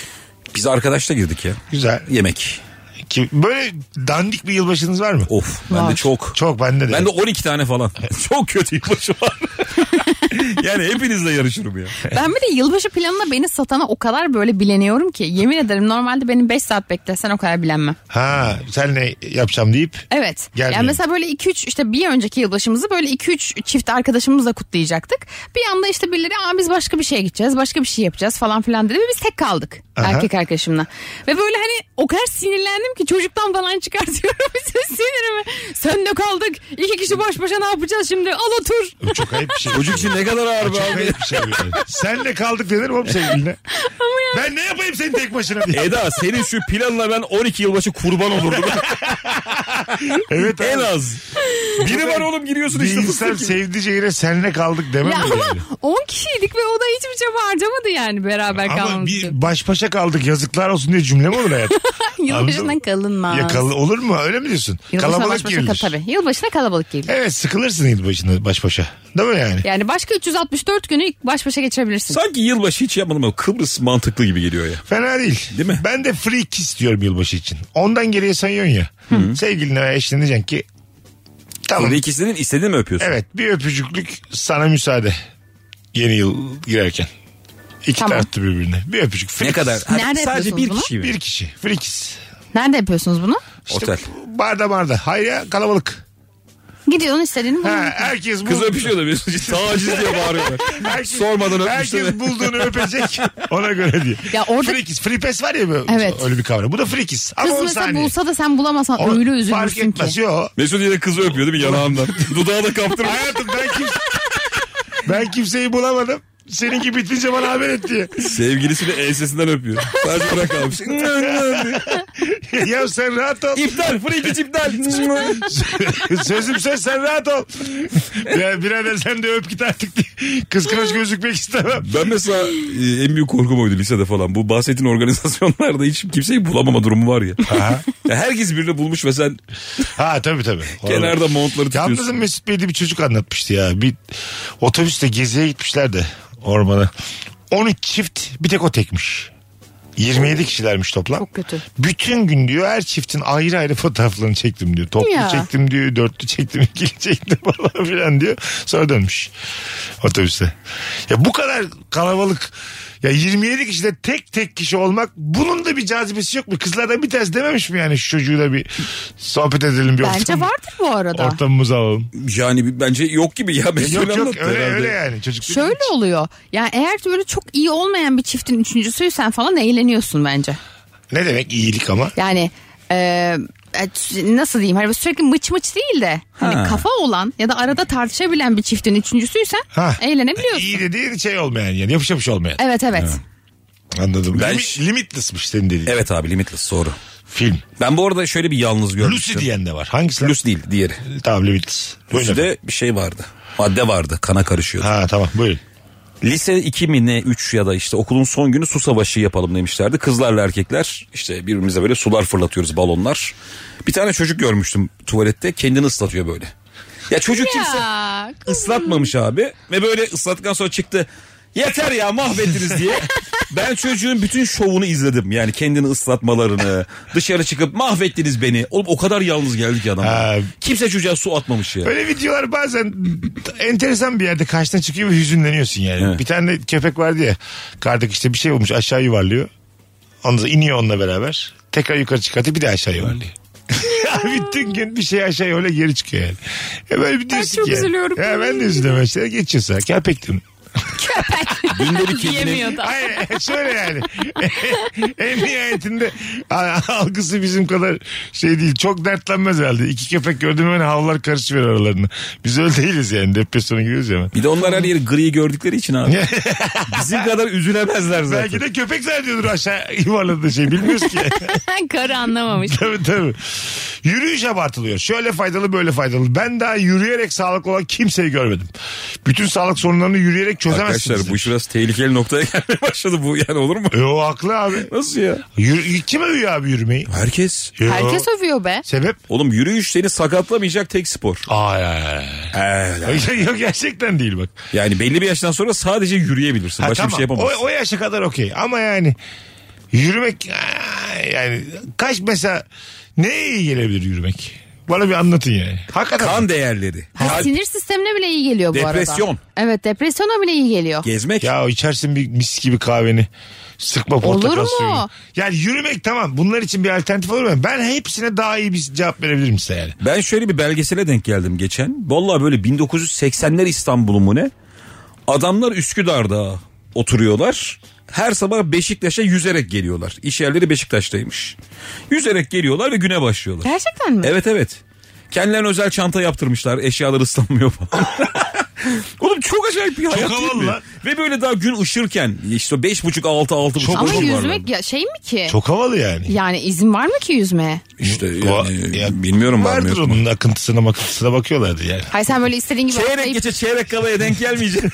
Biz arkadaşla girdik ya. güzel. Yemek. Böyle dandik bir yılbaşınız var mı? Of bende Var. çok. Çok bende de. Bende 12 tane falan. Çok kötü yılbaşı var. Yani hepinizle yarışırım ya. Ben bir de yılbaşı planına beni satana o kadar böyle bileniyorum ki. Yemin ederim normalde benim 5 saat beklesen o kadar bilenmem. Ha, sen ne yapacağım deyip. Evet. Gelmiyor. Yani mesela böyle 2-3 işte bir önceki yılbaşımızı böyle 2-3 çift arkadaşımızla kutlayacaktık. Bir anda işte birileri biz başka bir şeye gideceğiz, başka bir şey yapacağız falan filan dedi ve biz tek kaldık. Aha. Erkek arkadaşımla. Ve böyle hani o kadar sinirlendim ki çocuktan falan çıkartıyorum bütün sinirimi. Sen de kaldık. 2 kişi baş başa ne yapacağız şimdi? Al otur. Çok ayıp bir şey. Çocuk için ne kadar ağır be Çok abi. ayıp bir şey. Yani. Senle kaldık denir mi oğlum sevgiline? Ben ne yapayım senin tek başına diye. Eda senin şu planla ben 12 yılbaşı kurban olurdum. Evet En abi. az. Biri var oğlum, giriyorsun Bir işte insan fıstık gibi. sevdiği şeyine senle kaldık demem Ya mi ama yani? 10 kişiydik ve o da hiçbir çaba harcamadı yani beraber Ama kalmamız bir için. baş başa kaldık yazıklar olsun diye cümle mi olur hayat? Anladın Yılbaşından mı? kalınmaz. Olur mu öyle mi diyorsun? Yılbaşına Kalabalık baş başa girilir. tabii. Yılbaşına kalabalık girilir. Evet, sıkılırsın yılbaşında baş başa. Değil mi yani? Yani başka 364 günü baş başa geçirebilirsin. Sanki yılbaşı hiç yapmadım ama Kıbrıs mantıklı gibi geliyor ya. Fena değil. Değil mi? Ben de free kiss diyorum yılbaşı için. Ondan geriye sayıyorsun ya. Sevgiline veya eşine diyeceksin ki tamam. Ve ikisinin istediğini mi öpüyorsun? Evet, bir öpücüklük sana müsaade. Yeni yıl girerken. İki Tamam. tarafta birbirine. Bir öpücük. Free Ne kadar? kiss. Nerede Sadece yapıyorsunuz bir bunu? kişi mi? Bir kişi. Free kiss. Nerede yapıyorsunuz bunu? İşte Otel. barda. Hayır ya, kalabalık. Gidiyorsun istediğini Ha, buluyorsun. herkes Kız öpüşüyor da Mesut'cu taciz diye bağırıyorlar. Sormadan öpmüşler. Herkes bulduğunu öpecek. Ona göre diye. Ya orada- Free kiss. Free pass var ya böyle. Evet. Öyle bir kavram. Bu da free kiss. Ama Kız 10 mesela saniye. bulsa da sen bulamasan O öyle fark üzülürsün etmez. ki. Yo. Mesut yine kızı öpüyor değil mi yanağından? Dudağı da kaptırmış. Hayatım ben kimseyi bulamadım. Seninki bitince bana haber et diye. Sevgilisini ensesinden öpüyor. Sadece bırak kalmış. Ya sen rahat ol. İptal. Free kick iptal. Sözüm söz, sen rahat ol. Ya birader sen de öp git artık. Kıskanç gözükmek istemem. Ben mesela en büyük korkum oydu lisede falan. Bu bahsettiğin organizasyonlarda hiç kimseyi bulamama durumu var ya. Ya herkes birini bulmuş ve sen Ha tabii. kenarda montları tutuyorsun. Yalnızın Mesut Bey'de bir çocuk anlatmıştı ya. Bir otobüste geziye gitmişler de ormana. 13 çift, bir tek o tekmiş. 27 kişilermiş toplam. Çok kötü. Bütün gün diyor her çiftin ayrı ayrı fotoğraflarını çektim diyor. Toplu Ya. çektim diyor, dörtlü çektim, ikili çektim falan filan diyor. Sonra dönmüş otobüse. Ya bu kadar kalabalık. Ya 27 kişide tek kişi olmak, bunun da bir cazibesi yok mu? Kızlardan bir tanesi dememiş mi yani şu çocuğu da bir sohbet edelim bir Bence vardır bu arada. ortamımızı alalım. Yani bence yok gibi ya. Yok öyle yani çocuk. Şöyle oluyor. Yani eğer böyle çok iyi olmayan bir çiftin üçüncüsüysen falan eğleniyorsun bence. Ne demek iyilik ama? Yani nasıl diyeyim? Hani sürekli mıç değil de hani kafa olan ya da arada tartışabilen bir çiftin üçüncüsüysen eğlenebiliyorsun. İyi dediğin şey olmayan yani yapış olmayan. Evet. Anladım. Ben- Limitless'mış senin dediğin. Evet abi, Limitless doğru. Film. Ben bu arada şöyle bir yalnız görmüştüm. Lucy diyen de var. Hangisi? Lucy değil, diğeri. Tamam Limitless. Buyurun efendim. Lucy'de bir şey vardı. Madde vardı. Kana karışıyordu. Ha tamam buyurun. Lise 2 mi ne 3 ya da işte okulun son günü su savaşı yapalım demişlerdi. Kızlarla erkekler işte birbirimize böyle sular fırlatıyoruz, balonlar. Bir tane çocuk görmüştüm tuvalette, kendini ıslatıyor böyle. Ya çocuk kimse ıslatmamış abi ve böyle ıslattıktan sonra çıktı. Yeter ya, mahvettiniz diye. Ben çocuğun bütün şovunu izledim. Yani kendini ıslatmalarını, dışarı çıkıp mahvettiniz beni. Oğlum o kadar yalnız geldi ki adam. Ha. Kimse çocuğa su atmamış ya. Böyle videolar bazen enteresan bir yerde karşına çıkıyor ve hüzünleniyorsun yani. Evet. Bir tane köpek vardı ya. Kardaki işte bir şey olmuş, aşağı yuvarlıyor. Ondan sonra iniyor onunla beraber. Tekrar yukarı çıkartıyor, bir de aşağı yuvarlıyor. Bütün gün bir şey aşağı öyle geri çıkıyor yani. Böyle bir diyorsun çok ki yani. üzülüyorum. Ben de üzülüyorum. İşte geçiyorsa köpek diyorum. Günde bir kendini... Yiyemiyor da. Hayır şöyle yani. En nihayetinde algısı bizim kadar şey değil. Çok dertlenmez herhalde. İki köpek gördüm hemen havlar karışıver aralarına. Biz öyle değiliz yani. Depresyona giriyoruz ya hemen. Bir de onlar her yeri gri gördükleri için abi. Bizim kadar üzülemezler zaten. Belki de köpek zannediyordur aşağı yuvarladığı şey. Bilmiyoruz ki. Karı anlamamış. Tabii. Yürüyüş abartılıyor. Şöyle faydalı böyle faydalı. Ben daha yürüyerek sağlıklı olan kimseyi görmedim. Bütün sağlık sorunlarını yürüyerek çözemezsiniz. Arkadaşlar bu iş biraz tehlikeli noktaya gelmeye başladı bu, yani olur mu? Yo haklı abi. Nasıl ya? Kim övüyor abi yürümeyi? Herkes. Yo. Herkes övüyor be. Sebep? Oğlum yürüyüş seni sakatlamayacak tek spor. Yok gerçekten değil bak. Yani belli bir yaştan sonra sadece yürüyebilirsin. Başka bir şey yapamazsın. O yaşa kadar okey ama yani yürümek yani kaç mesela neye iyi gelebilir yürümek? Bana bir anlatın yani. Hakikaten. Kan değerleri. kalp, Sinir sistemine bile iyi geliyor bu arada. Depresyon. Evet, depresyona bile iyi geliyor. gezmek. Ya içersin bir mis gibi kahveni. Sıkma portakal Olur suyu. mu? Yani yürümek tamam. Bunlar için bir alternatif olur mu? Ben hepsine daha iyi bir cevap verebilirim size yani. Ben şöyle bir belgesele denk geldim geçen. Vallahi böyle 1980'ler İstanbul'u mu ne? Adamlar Üsküdar'da oturuyorlar. Her sabah Beşiktaş'a yüzerek geliyorlar. İş yerleri Beşiktaş'taymış. Yüzerek geliyorlar ve güne başlıyorlar. Gerçekten mi? Evet. Kendilerine özel çanta yaptırmışlar. Eşyalar ıslanmıyor falan. Oğlum çok acayip bir hayat değil havalı mi? lan. Ve böyle daha gün ışırken işte 5.30-6.30 Ama Çok yüzmek ya şey mi ki? Çok havalı yani. Yani izin var mı ki yüzmeye? İşte yani, Ya, bilmiyorum var mı vardır yok mu? onun akıntısına bakıyorlardı yani. Hayır sen böyle istediğin gibi Çeyrek atlayıp geçe çeyrek kalaya denk gelmeyecek.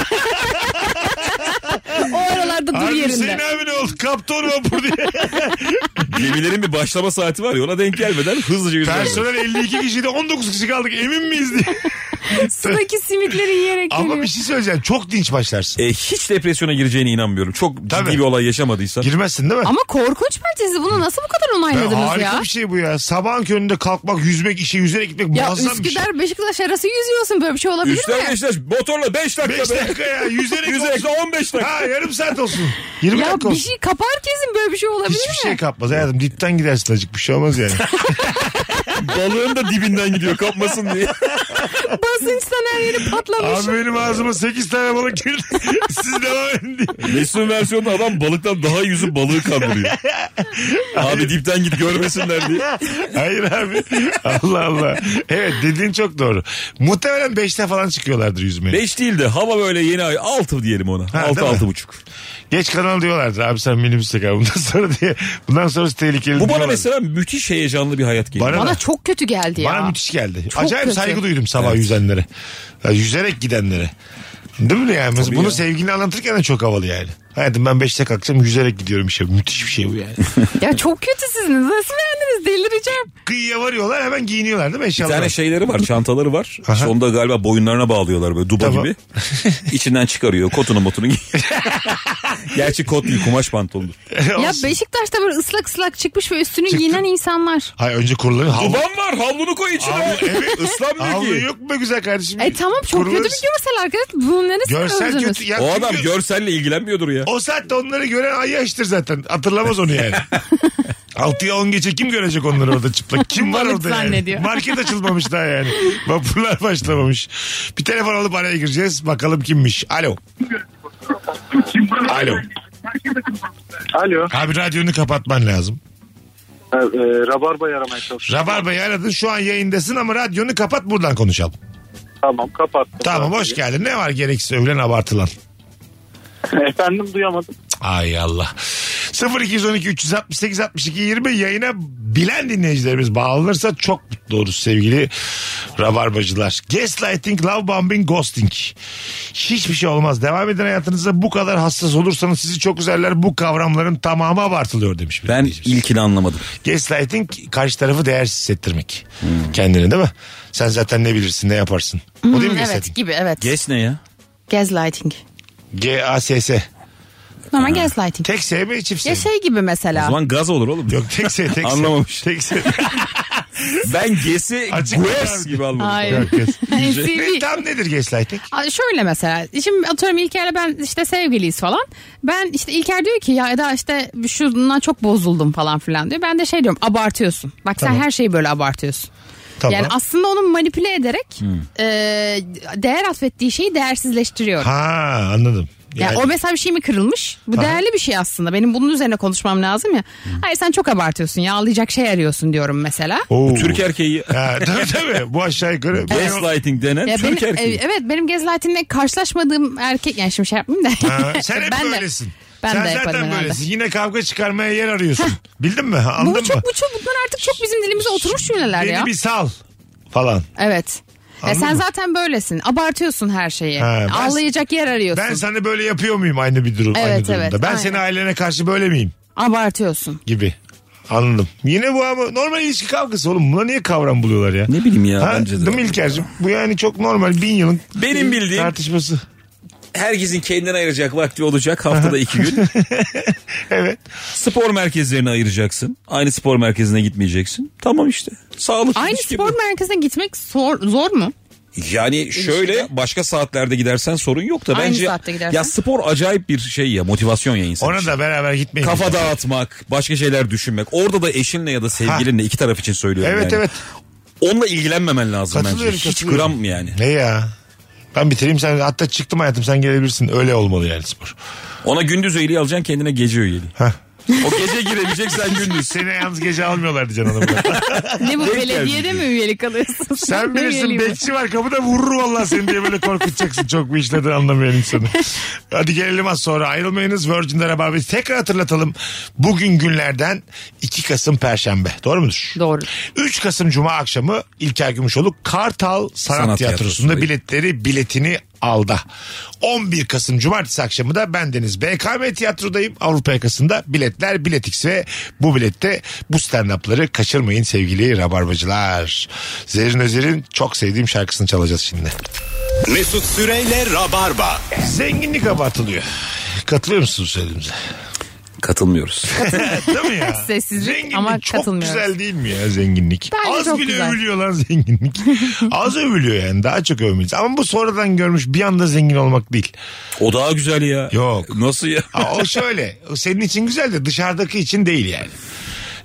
o aralarda dur Abi yerinde. Hüseyin abi ne oldu? Kaptı onu vapur diye. Gemilerin bir başlama saati var ya, ona denk gelmeden hızlıca yüzmeye. Personel 52 kişiydi 19 kişi kaldık emin miyiz diye. Sudaki simitleri yiyerek Ama geliyor. bir şey söyleyeceğim çok dinç başlarsın. Hiç depresyona gireceğine inanmıyorum. Çok Tabii. ciddi bir olay yaşamadıysan. Girmezsin değil mi? Ama korkunç bence siz bunu nasıl bu kadar onayladınız harika ya? bir şey bu ya. Sabahın köründe kalkmak, yüzmek, işe yüzerek gitmek Ya muazzam bir şey. Üsküdar Beşiktaş arası yüzüyorsun, böyle bir şey olabilir Üstten mi? Beşiktaş motorla 5 dakika 5 be. dakika ya yüzerek Yüzerek de olsun. 15 dakika. Ha yarım saat olsun. 20 Ya dakika bir olsun. şey kapar kesin, böyle bir şey olabilir Hiçbir mi? şey kapmaz hayatım. Dipten gidersin azıcık bir şey olmaz yani. Balığın da dibinden gidiyor kapmasın diye. Basınçtan her yeri patlamış. Abi benim ağzıma 8 tane balık girdi. Siz devam edin diye. Mesut'un versiyonunda adam balıktan daha yüzü balığı kandırıyor. Abi dipten git görmesinler diye. Hayır abi. Allah Allah. Evet dediğin çok doğru. Muhtemelen 5'te falan çıkıyorlardır yüzmeye. 5 değil de hava böyle yeni ay 6 diyelim ona. Ha, 6-6,5. Geç kanal diyorlardır. Abi sen minibüste kal bundan sonra diye. Bundan sonrası tehlikeli Bu bana diyorlar. mesela müthiş heyecanlı bir hayat geliyor. Bana Bana da. çok kötü geldi ya. Bana müthiş geldi. Çok Acayip kötü. saygı duydum sabah yüzenlere. Ya, yüzerek gidenlere. Değil mi yani? Mesela bunu ya. sevgilini anlatırken de çok havalı yani. Hayatım ben 5'te kalkacağım yüzerek gidiyorum işe. Müthiş bir şey bu yani. Ya çok kötüsünüz. Nasıl beğendiniz? Delireceğim. Kıyıya varıyorlar hemen giyiniyorlar değil mi Bir eşyalar? tane şeyleri var, çantaları var. Aha. İşte onu da galiba boyunlarına bağlıyorlar böyle duba Tamam. gibi. İçinden çıkarıyor kotunu motunu giyiyor. Gerçi kot değil, kumaş pantolondur. Ya Olsun. Beşiktaş'ta böyle ıslak ıslak çıkmış ve üstünü giyinen insanlar. Hayır önce kuruları havlu. Duban var, havlunu koy içine. Havlu, evet. Islanmıyor Havlu ki. yok mu be güzel kardeşim? Tamam çok Kuruları- kötü bir görsel arkadaş. Bunun neresini Görsel övdünüz? kötü. Ya O kim adam gör- görselle ilgilenmiyordur ya. O saatte onları gören ay yaştır zaten. Hatırlamaz onu yani. 6'ya 10 geçe kim görecek onları orada çıplak? Kim var Balık orada yani? zannediyor. Market açılmamış daha yani. Vapurlar başlamamış. Bir telefon alıp araya gireceğiz. Bakalım kimmiş. Alo. Alo. Alo. Abi radyonu kapatman lazım. Rabarba'yı aramaya çalışıyorum. Rabarba'yı aradın şu an yayındasın ama radyonu kapat buradan konuşalım. Tamam kapattım. Tamam hoş geldin. Ne var gereksiz övülen abartılan? Efendim duyamadım. Ay Allah. 0212 368 62 20 yayına bilen dinleyicilerimiz bağlanırsa çok mutlu oluruz sevgili rabarbacılar. Gaslighting, love bombing, ghosting. Hiçbir şey olmaz. Devam eden hayatınızda bu kadar hassas olursanız sizi çok üzerler. Bu kavramların tamamı abartılıyor demiş. bir Ben dinleyicimiz. ilkini anlamadım. Gaslighting karşı tarafı değersiz hissettirmek. Kendini değil mi? Sen zaten ne bilirsin ne yaparsın. O değil mi gaslighting? Evet gibi evet. Ges ne ya? Gaslighting. G-A-S-S. Normal gaslighting. Tek S mi çift S Ya mi? şey gibi O mesela. zaman gaz olur oğlum. Yok tek S tek S. Anlamamış. Tek S. Ben Ges'i Açık Gues abi. gibi anladım. Hayır. Yok, yok. NCV. Tam nedir gaslighting? Şöyle mesela şimdi atıyorum İlker'le ben işte sevgiliyiz falan. Ben işte İlker diyor ki ya Eda işte şundan çok bozuldum falan filan diyor. Ben de şey diyorum abartıyorsun. Bak sen Tamam. her şeyi böyle abartıyorsun. Tamam. Yani aslında onu manipüle ederek değer atfettiği şeyi değersizleştiriyorum. Ha anladım. Yani o mesela bir şey mi kırılmış? Bu değerli bir şey aslında. Benim bunun üzerine konuşmam lazım ya. Hayır sen çok abartıyorsun ya ağlayacak şey arıyorsun diyorum mesela. Oo. Türk erkeği. Ha, tabii. Bu aşağı yukarı. Gaslighting denen Ya Türk benim, erkeği. evet benim gaslighting'le karşılaşmadığım erkek yani şimdi şey yapmayayım da. Ha, sen hep Ben de- böylesin. Ben Sen de yaparım zaten herhalde. böylesin. Yine kavga çıkarmaya yer arıyorsun. Bildin mi? Anladın mı? Bunlar artık çok bizim dilimize oturmuş cümleler Beni ya. bir sal falan. Evet. Ya Anladın sen mı? zaten böylesin. Abartıyorsun her şeyi. Ha, ben- Ağlayacak yer arıyorsun. Ben sana böyle yapıyor muyum aynı bir durum? Evet, aynı durumda? evet, Ben aynen. senin ailene karşı böyle miyim? Abartıyorsun. Gibi. Anladım. Yine bu ama normal ilişki kavgası oğlum. Buna niye kavram buluyorlar ya? Ne bileyim ya Ha, bence de. değil mi İlker'cim? Bu yani çok normal 1000 yılın Benim bildiğim- tartışması. Herkesin kendine ayıracak vakti olacak haftada 2 gün. Evet. Spor merkezlerine ayıracaksın. Aynı spor merkezine gitmeyeceksin. Tamam işte. Sağlık. Aynı ilişki spor bu. merkezine gitmek zor mu? Yani şöyle başka saatlerde gidersen sorun yok da Aynı bence saatte gidersen. ya spor acayip bir şey ya motivasyon ya insan Ona için. da beraber gitmeyin. Kafa dağıtmak, başka şeyler düşünmek. Orada da eşinle ya da sevgilinle iki taraf için söylüyorum Evet yani. evet. Onunla ilgilenmemen lazım bence. Katılıyorum, Hiç katılıyorum. gram yani. Ne ya? Ben bitireyim sen hatta çıktım hayatım sen gelebilirsin. Öyle olmalı yani spor. Ona gündüz üyeliği alacaksın kendine gece üyeliği. Heh. O gece girebilecek sen gündüz. Seni yalnız gece almıyorlardı canım. Ne bu Denk belediyede mi üyelik alıyorsun? Sen Ne bilirsin üyeliği bu? bekçi var kapıda vurur vallahi seni diye böyle korkutacaksın. Çok bu işlerden anlamayan insanı. Hadi gelelim az sonra ayrılmayınız. Virgin'de Rabarba'yı tekrar hatırlatalım. Bugün günlerden 2 Kasım Perşembe. Doğru mudur? Doğru. 3 Kasım Cuma akşamı İlker Gümüşoluk Kartal Sanat Sanat Tiyatrosu'nda Tiyatrosu'ndayım. biletini aldı. 11 Kasım Cumartesi akşamı da bendeniz BKM Tiyatro'dayım. Avrupa yakasında biletler Biletix ve bu bilette bu stand-up'ları kaçırmayın sevgili Rabarbacılar. Zerrin Özer'in çok sevdiğim şarkısını çalacağız şimdi. Mesut Süreyle Rabarba. Zenginlik abartılıyor. Katılıyor musunuz söylediğimize? Katılmıyoruz. Değil mi ya? Sessizlik Zenginlik ama çok katılmıyoruz. güzel değil mi ya zenginlik? Bence Az çok bile güzel. övülüyor lan zenginlik. Az övülüyor yani daha çok övmeliyiz. Ama bu sonradan görmüş bir anda zengin olmak değil. O daha güzel ya. Yok. Nasıl ya? O şöyle o senin için güzel de dışarıdaki için değil yani.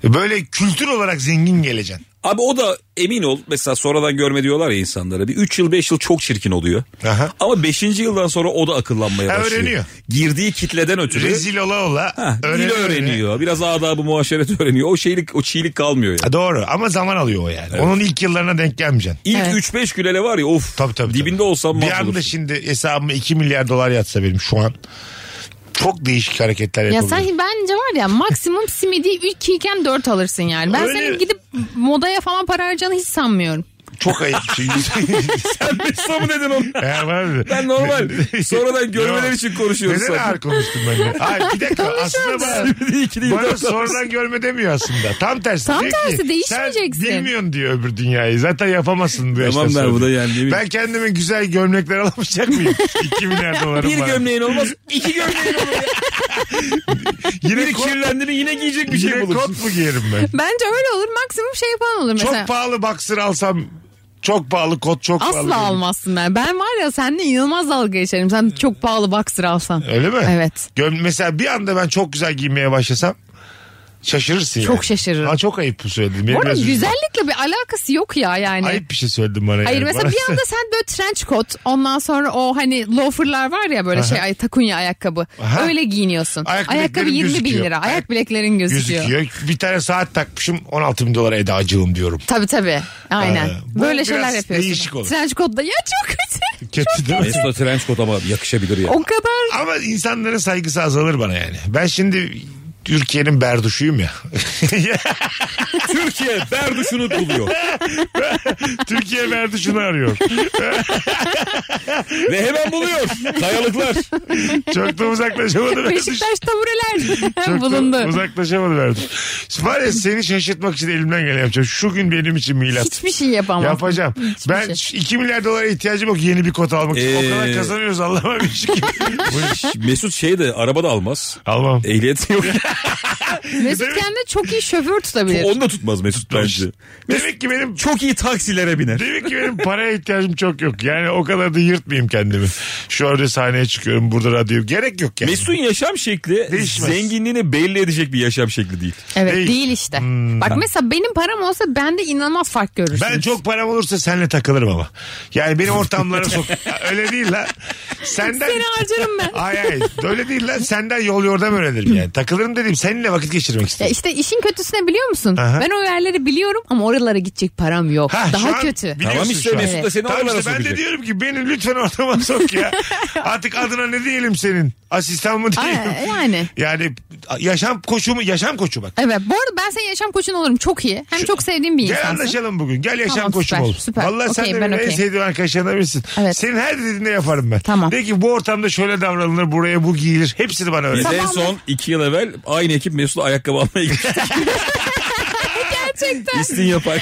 Böyle kültür olarak zengin geleceksin. Abi o da emin ol mesela sonradan görme diyorlar ya insanlara. Bir 3 yıl 5 yıl çok çirkin oluyor. Aha. Ama 5. yıldan sonra o da akıllanmaya başlıyor. Öğreniyor. Girdiği kitleden ötürü. Rezil ola Dil öğreniyor. Biraz adabı muaşeret öğreniyor. O çiğlik kalmıyor yani. Doğru ama zaman alıyor o yani. Evet. Onun ilk yıllarına denk gelmeyeceksin. İlk 3-5 gülele var ya of. Tabii. Dibinde olsam bir mahvolursun. anda şimdi hesabıma 2 milyar dolar yatsa benim şu an. Çok değişik hareketler Ya yapabilirim. sen bence var ya maksimum simidi 2 iken 4 alırsın yani. Ben Öyle. senin gidip modaya falan para harcayacağını hiç sanmıyorum. Çok ayıp bir şey. Sen Mesut'a mı dedin onu? Var Ben normal. Sonradan görmeler Yok. için konuşuyoruz. Neden ağır konuştum ben de? Hayır bir dakika aslında bana sonradan görme demiyor aslında. Tam tersi. Tam diyor tersi, ki, değişmeyeceksin. Sen bilmiyorsun diyor öbür dünyayı. Zaten yapamazsın bu yaştan Tamam sonra. bu da yani. Ben kendime güzel gömlekler alamayacak mıyım? 2 milyar dolarım Bir var. gömleğin olmaz. 2 gömleğin olur. Yine Biri kirlendiğini yine giyecek bir şey yine bulursun. kot mu giyerim ben? Bence öyle olur, maksimum şey falan olur mesela. Çok pahalı boxer alsam çok pahalı kot çok pahalı. Asla almazsın ben. Ben var ya seninle inanılmaz dalga geçerim. Sen çok pahalı boxer alsan. Öyle mi? Evet. Mesela bir anda ben çok güzel giymeye başlasam şaşırırsın yani. Çok şaşırırım. Ha, çok ayıp bu söylediğim. Benim Bu arada biraz üzüldüm. güzellikle bir alakası yok ya yani. Ayıp bir şey söyledim bana. Hayır yani. mesela Bana- bir anda sen böyle trench coat, ondan sonra o hani loaferlar var ya böyle takunya ayakkabı. Aha. Öyle giyiniyorsun. Ayak Ayakkabı bileklerin 20 bin gözüküyor. lira. Ayak bileklerin gözüküyor. Bir tane saat takmışım 16 bin dolara Edacığım diyorum. Tabii. Aynen. Bu Böyle biraz şeyler yapıyorsun. değişik olur. Trench coat'da ya çok kötü. Kötü değil mi? Mesut'a trench coat ama yakışabilir ya. O kadar. Ama insanların saygısı azalır bana yani. Ben şimdi Türkiye'nin berduşuyum ya. Türkiye berduşunu buluyor. Türkiye berduşunu arıyor. Ve hemen buluyor. Kayalıklar. Çok da uzaklaşamadı berduş. Beşiktaş tabureler Çok bulundu. da uzaklaşamadı berduş. Var ya seni şaşırtmak için elimden geleni yapacağım. Şu gün benim için milat. Hiçbir şey yapamam. Yapacağım. Hiçbir Ben şey. 2 milyar dolara ihtiyacım yok yeni bir kot almak için. O kadar kazanıyoruz Allah'ıma bir şükür. Mesut şey de araba da almaz. Almam. Ehliyeti yok. Mesut kendine çok iyi şoför tutabilir. Onu da tutmaz Mesut bence. Demek ki benim Çok iyi taksilere biner. Demek ki benim paraya ihtiyacım çok yok. Yani o kadar da yırtmayayım kendimi. Şu orada sahneye çıkıyorum burada radyo. Gerek yok yani. Mesut'un yaşam şekli Değişmez. zenginliğini belli edecek bir yaşam şekli değil. Evet Değil. değil işte. Bak mesela benim param olsa bende inanılmaz fark görürsün. Ben çok param olursa seninle takılırım ama. Yani benim ortamlara sok. Öyle değil lan. Senden... Seni harcarım ben. Hayır. Öyle değil lan. Senden yol yordam öğrenirim yani. Takılırım dediğim seninle vakit geçirmek Ya istedim. işte işin kötüsü ne biliyor musun? Aha. Ben o yerleri biliyorum ama oralara gidecek param yok. Ha, şu Daha an kötü. biliyorsun Tamam işte şu an. Mesut da seni Tamam oralara işte ben de sokacak. diyorum ki beni lütfen ortama sok ya. Artık adına ne diyelim senin? Asistan mı diyelim? Yani. Yani yaşam koçu bak. Evet bu arada ben senin yaşam koçun olurum çok iyi. Hem çok sevdiğim bir Gel insansın. anlaşalım bugün. Gel yaşam Tamam, koçum süper, ol. süper. Vallahi sen Okey, de ben benim en okey. sevdiğim arkadaşlarından birisin. Evet. Senin her dediğinde yaparım ben. Tamam. De ki bu ortamda şöyle davranılır, buraya bu giyilir. Hepsini bana öğret. Biz en son 2 yıl evvel aynı ekip Mesut'la ayakkabı almaya gittik. Gerçekten. İstin yapar.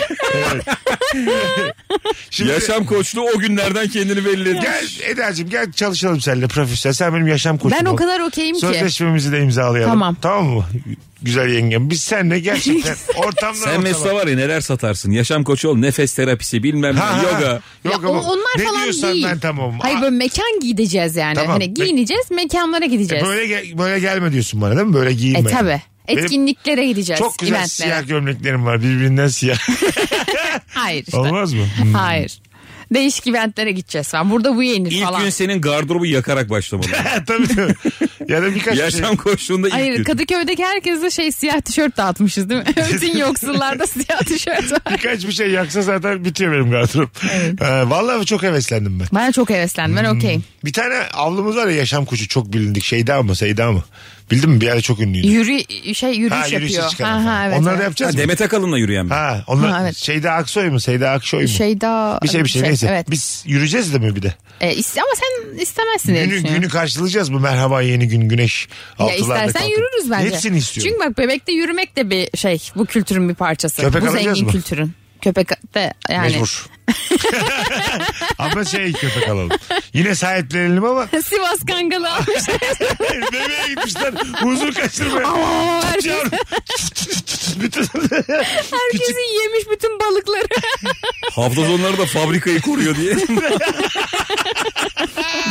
Şimdi Yaşam koçluğu o günlerden kendini belli ediyor. gel Eda'cığım gel çalışalım seninle profesyonel. Sen benim yaşam koçum Ben ol. o kadar okeyim ki. Sözleşmemizi de imzalayalım. Tamam. Tamam mı? Güzel yengem. Biz seninle gerçekten ortamdan Sen ortama. Mesut'a var ya neler satarsın. Yaşam koçu ol, nefes terapisi bilmem ne, yoga. Ya Yok ama onlar ne falan diyorsan değil. ben tamamım. Hayır böyle mekan gideceğiz yani. Tamam. Hani giyineceğiz, mekanlara gideceğiz. Böyle gelme diyorsun bana değil mi? Böyle giyinme. Tabii. Benim Etkinliklere gideceğiz. çok güzel eventlere. siyah gömleklerim var birbirinden siyah. Hayır işte. Olmaz mı? Hayır. Değişik eventlere gideceğiz falan. Burada bu yenir İlk falan. gün senin gardırobu yakarak başlamalı. Tabii. Ya da birkaç Yaşam koçluğunda ilk Hayır gün. Kadıköy'deki herkese siyah tişört dağıtmışız değil mi? Bütün yoksullarda siyah tişört var. birkaç bir şey yaksa zaten bitiyor benim gardırop. Vallahi çok heveslendim ben. Ben çok heveslendim. Ben okeyim. Bir tane avlumuz var ya yaşam koçu çok bilindik. Seyda mı? Bildin mi? Bir ara çok ünlüydü. Yürüyüş yürüyüşe yapıyor. çıkan falan. Evet, Onları da evet. yapacağız Ha, mı? Demet Akalın'la yürüyen ben. Onlar Ha, evet. Seyda Aksoy mu? Seyda Aksoy mu? Bir Bir şey neyse. Evet. Biz yürüyeceğiz de mi bir de? Ama sen istemezsin diye düşünüyorum. Günü karşılayacağız mı? Merhaba yeni gün güneş. Ya Altılarda istersen kalkıp. yürürüz bence. Hepsini istiyorum. Çünkü bak bebekte yürümek de bir bu kültürün bir parçası. Köpek bu alacağız zengin mı? kültürün. Köpek de yani. Mecbur. Ama köpek alalım. Yine sahiplenelim ama Sivas Kangalı almışlar. bebeğe gitmişler. Huzur kaçırmaya. herkes, Yavrum. Bütün... herkesi yemiş bütün balıkları. Hafta sonları da fabrikayı koruyor diye.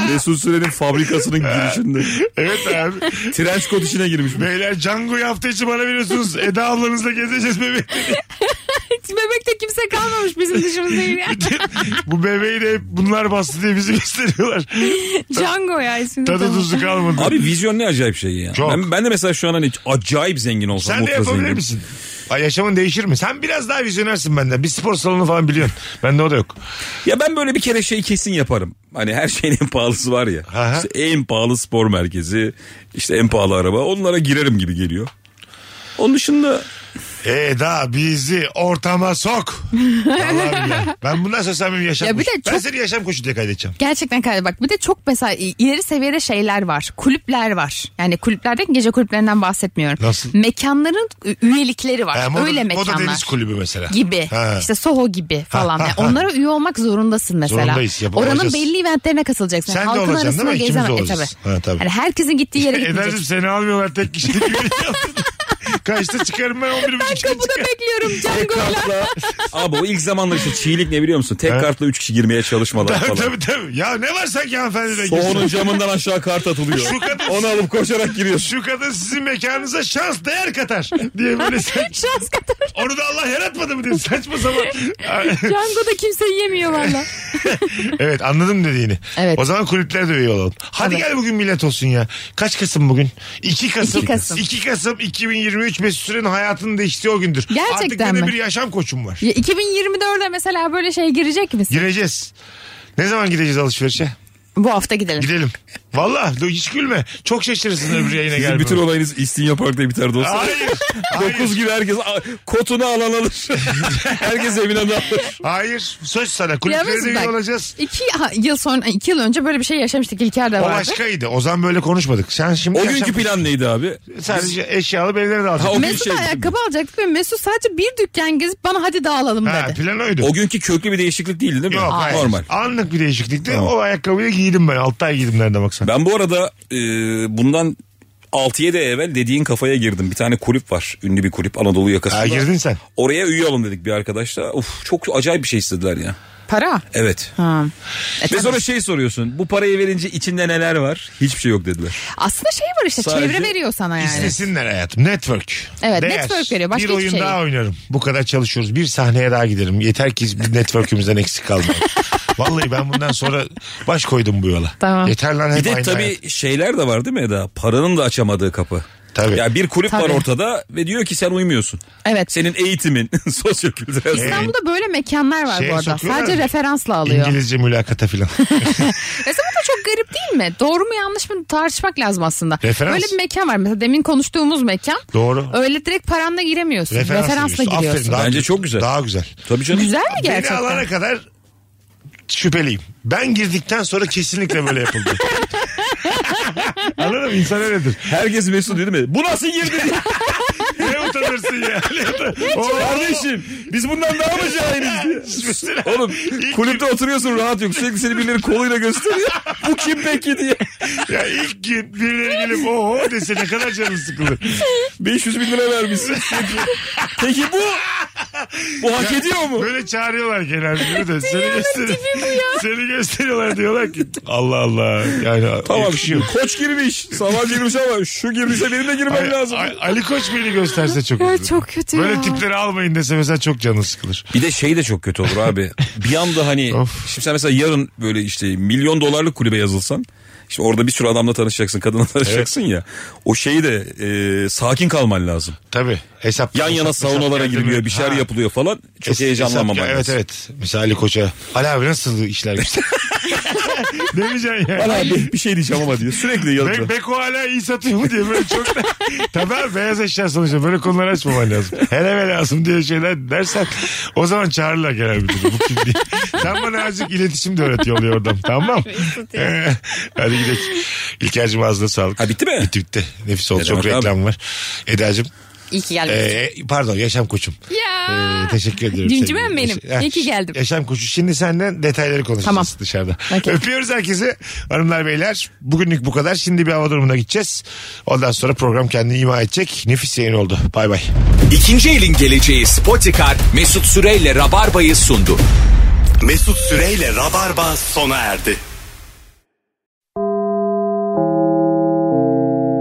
Mesut Süren'in fabrikasının girişinde. Evet abi. Trench coat içine girmiş. Beyler Django'yu hafta içi bana veriyorsunuz. Eda ablanızla gezeceğiz bebeği. Bebekte kimse kalmamış bizim dışımızda. Bu bebeği de hep bunlar bastı diye bizi gösteriyorlar. Django ya ismi. Tadı tuzu kalmadı. Abi vizyon ne acayip şey ya. Çok. Ben de mesela şu an hani acayip zengin olsam. Sen de yapabilir misin? Ay, yaşamın değişir mi? Sen biraz daha vizyonersin benden. Bir spor salonu falan biliyorsun. Bende o da yok. Ya ben böyle bir kere şey kesin yaparım. Hani her şeyin en pahalısı var ya. Aha. İşte en pahalı spor merkezi, işte en pahalı araba. Onlara girerim gibi geliyor. Onun dışında... Eda bizi ortama sok. Vallahi billahi. Ben bundan sonra sen benim yaşam Ya bir koçu. de Ben çok- seni yaşam koçu diye kaydedeceğim. Gerçekten kaydı. Bak bir de çok mesela ileri seviyede şeyler var. Kulüpler var. Yani kulüplerde gece kulüplerinden bahsetmiyorum. Nasıl? Mekanların üyelikleri var. Ha, Öyle Moda mekanlar. Deniz Kulübü mesela. Gibi. Ha. İşte Soho gibi falan. Ha, Yani ha, ha. onlara üye olmak zorundasın mesela. Zorundayız, Oranın yapacağız. belli eventlerine katılacaksın. Sen de Halkın olacaksın arasına değil mi? İkimiz gezemem. olacağız. Tabii. Ha, tabii. Yani herkesin gittiği yere Eda'cığım gitmeyeceksin. seni almıyorlar tek kişilik. Kaçta çıkarım ben 11.30'da Ben kapıda bekliyorum Django'yla. Abi o ilk zamanlar işte çiğlik ne biliyor musun? Tek kartla 3 kişi girmeye çalışmalar falan. Tabii. Ya ne var sanki hanımefendiyle Soğunun camından aşağı kart atılıyor. Şu kadın- Onu alıp koşarak giriyorsun. Şu kadın sizin mekanınıza şans değer katar diye böyle Şans kadar. onu da Allah yaratmadı mı diye saçma sapan. Django'da kimse yemiyor valla. Evet anladım dediğini. Evet. O zaman kulüplere de üye olalım. Hadi Evet. gel bugün millet olsun ya. Kaç Kasım bugün? 2 Kasım. 2 Kasım. 2 Kasım 2023 Mesut Süren'in hayatının değiştiği o gündür. Gerçekten Artık benim mi? bir yaşam koçum var. Ya 2024'de mesela böyle şey girecek misin? Gireceğiz. Ne zaman gideceğiz alışverişe? Bu hafta gidelim. Gidelim. Valla hiç gülme. Çok şaşırırsın öbür yayına Sizin gelme. bütün olayınız İstinye Park'ta biter dostum. Hayır. 9 gibi herkes kotunu alan alır. Herkes evine dağılır. Hayır. Söz sana. Ya Kulüplere biz de üye bak, olacağız. 2 yıl önce böyle bir şey yaşamıştık. İlker de O vardı. başkaydı. O zaman böyle konuşmadık. Sen şimdi O yaşam- günkü plan neydi abi? Sadece eşyalı evlere de Ha, o alacaksın. gün Mesut şey- ayakkabı alacaktık ve Mesut sadece bir dükkan gezip bana hadi dağılalım Ha, dedi. plan oydu. O günkü köklü bir değişiklik değildi değil mi? Yok, hayır. Normal. Anlık bir değişiklikti. O ayakkabıyı giydim ben. 6 ay giydim nerede baksan. Ben bu arada bundan 6-7 ay evvel dediğin kafaya girdim. Bir tane kulüp var. Ünlü bir kulüp Anadolu yakasında. Ha, girdin sen. Oraya üye olun dedik bir arkadaşla. Uf çok acayip bir şey istediler ya. Para. Evet. Ha. Ve tabii. sonra şey soruyorsun. Bu parayı verince içinde neler var? Hiçbir şey yok dediler. Aslında şey var işte Sadece çevre veriyor sana yani. İstesinler hayatım. Network. Evet, network veriyor. Başka bir hiçbir oyun şey daha yok. oynarım. Bu kadar çalışıyoruz. Bir sahneye daha giderim. Yeter ki bir network'ümüzden eksik kalmayalım. Vallahi ben bundan sonra baş koydum bu yola. Tamam. Yeter lan hep Bir de aynı tabii hayat. şeyler de var değil mi Eda? Paranın da açamadığı kapı. Tabii. Ya bir kulüp var Tabii. ortada ve diyor ki sen uymuyorsun. Evet. Senin eğitimin, sosyokültürel. İstanbul'da böyle mekanlar var Şeye bu arada. sokuyorlar Sadece mı? referansla alıyor. İngilizce mülakata filan. Mesela bu da çok garip değil mi? Doğru mu yanlış mı tartışmak lazım aslında. Referans. Böyle bir mekan var. Mesela demin konuştuğumuz mekan. Doğru. Öyle direkt paranla giremiyorsun. Referansla veriyorsun. giriyorsun. Aferin, daha Bence çok güzel. Daha güzel. Tabii canım. Güzel mi Beni gerçekten? alana kadar şüpheliyim. Ben girdikten sonra kesinlikle böyle yapıldı. Anladın mı? İnsan öyledir. Herkes mesut değil mi? Bu nasıl girdi diye. Ne utanırsın ya? Kardeşim biz bundan daha mı cahiliz diye. Mesela Oğlum kulüpte oturuyorsun rahat yok. Sürekli seni birileri koluyla gösteriyor. Bu kim peki diye. ya ilk gün birileri gelip oho dese ne kadar canın sıkılır. 500 bin lira vermişsin. Peki bu? Bu hak ediyor mu? Böyle çağırıyorlar genelde de seni gösteriyorlar diyorlar ki Allah Allah yani Tamam yakışıyor. koç girmiş. Sabancı girmiş ama şu girmişse benim de girmem lazım. Ali Koç beni gösterse çok Ya üzülürüm. çok kötü Böyle ya. tipleri almayın dese mesela çok canın sıkılır. Bir de şey de çok kötü olur abi. Bir anda hani Of. şimdi sen mesela yarın böyle işte $1 milyon kulübe yazılsan. İşte orada bir sürü adamla tanışacaksın, kadınla tanışacaksın ya. O şeyi de sakin kalman lazım. Tabii hesap. Yan yana saunalara giriliyor, bir şeyler yapılıyor falan. Çok heyecanlanmaman Evet lazım. evet. Mesela Ali Koç'a. Ali abi nasıl işler güçler? Demeyeceksin ya. Bana abi bir şey diyeceğim ama diyor. Sürekli yanında. Beko hala iyi satıyor mu diye böyle çok da... Tabii abi beyaz eşya sonuçta böyle konuları açmaman lazım. Hele lazım diye şeyler dersen o zaman çağırırlar genel müdürü. Bu kim diye. Sen bana azıcık iletişim de öğret yolluyor oradan tamam. Hadi gidelim. İlker'cim ağzına sağlık. Ha bitti mi? Bitti. Nefis oldu. Ne Çok demek reklam var. Eda'cığım. İyi ki geldin. Pardon yaşam koçum. Ya. Teşekkür ediyorum. Cimcimem benim. İyi ki geldim. Yaşam koçu. Şimdi senden detayları konuşacağız Tamam. dışarıda. Okay. Öpüyoruz herkesi. Hanımlar beyler. Bugünlük bu kadar. Şimdi bir hava durumuna gideceğiz. Ondan sonra program kendini ima edecek. Nefis yayın oldu. Bay bay. İkinci elin geleceği Spotikar Mesut Süreyle Rabarba'yı sundu. Mesut Süreyle Rabarba sona erdi.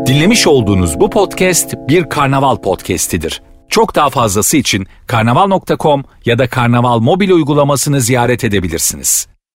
Dinlemiş olduğunuz bu podcast bir Karnaval podcastidir. Çok daha fazlası için karnaval.com ya da Karnaval mobil uygulamasını ziyaret edebilirsiniz.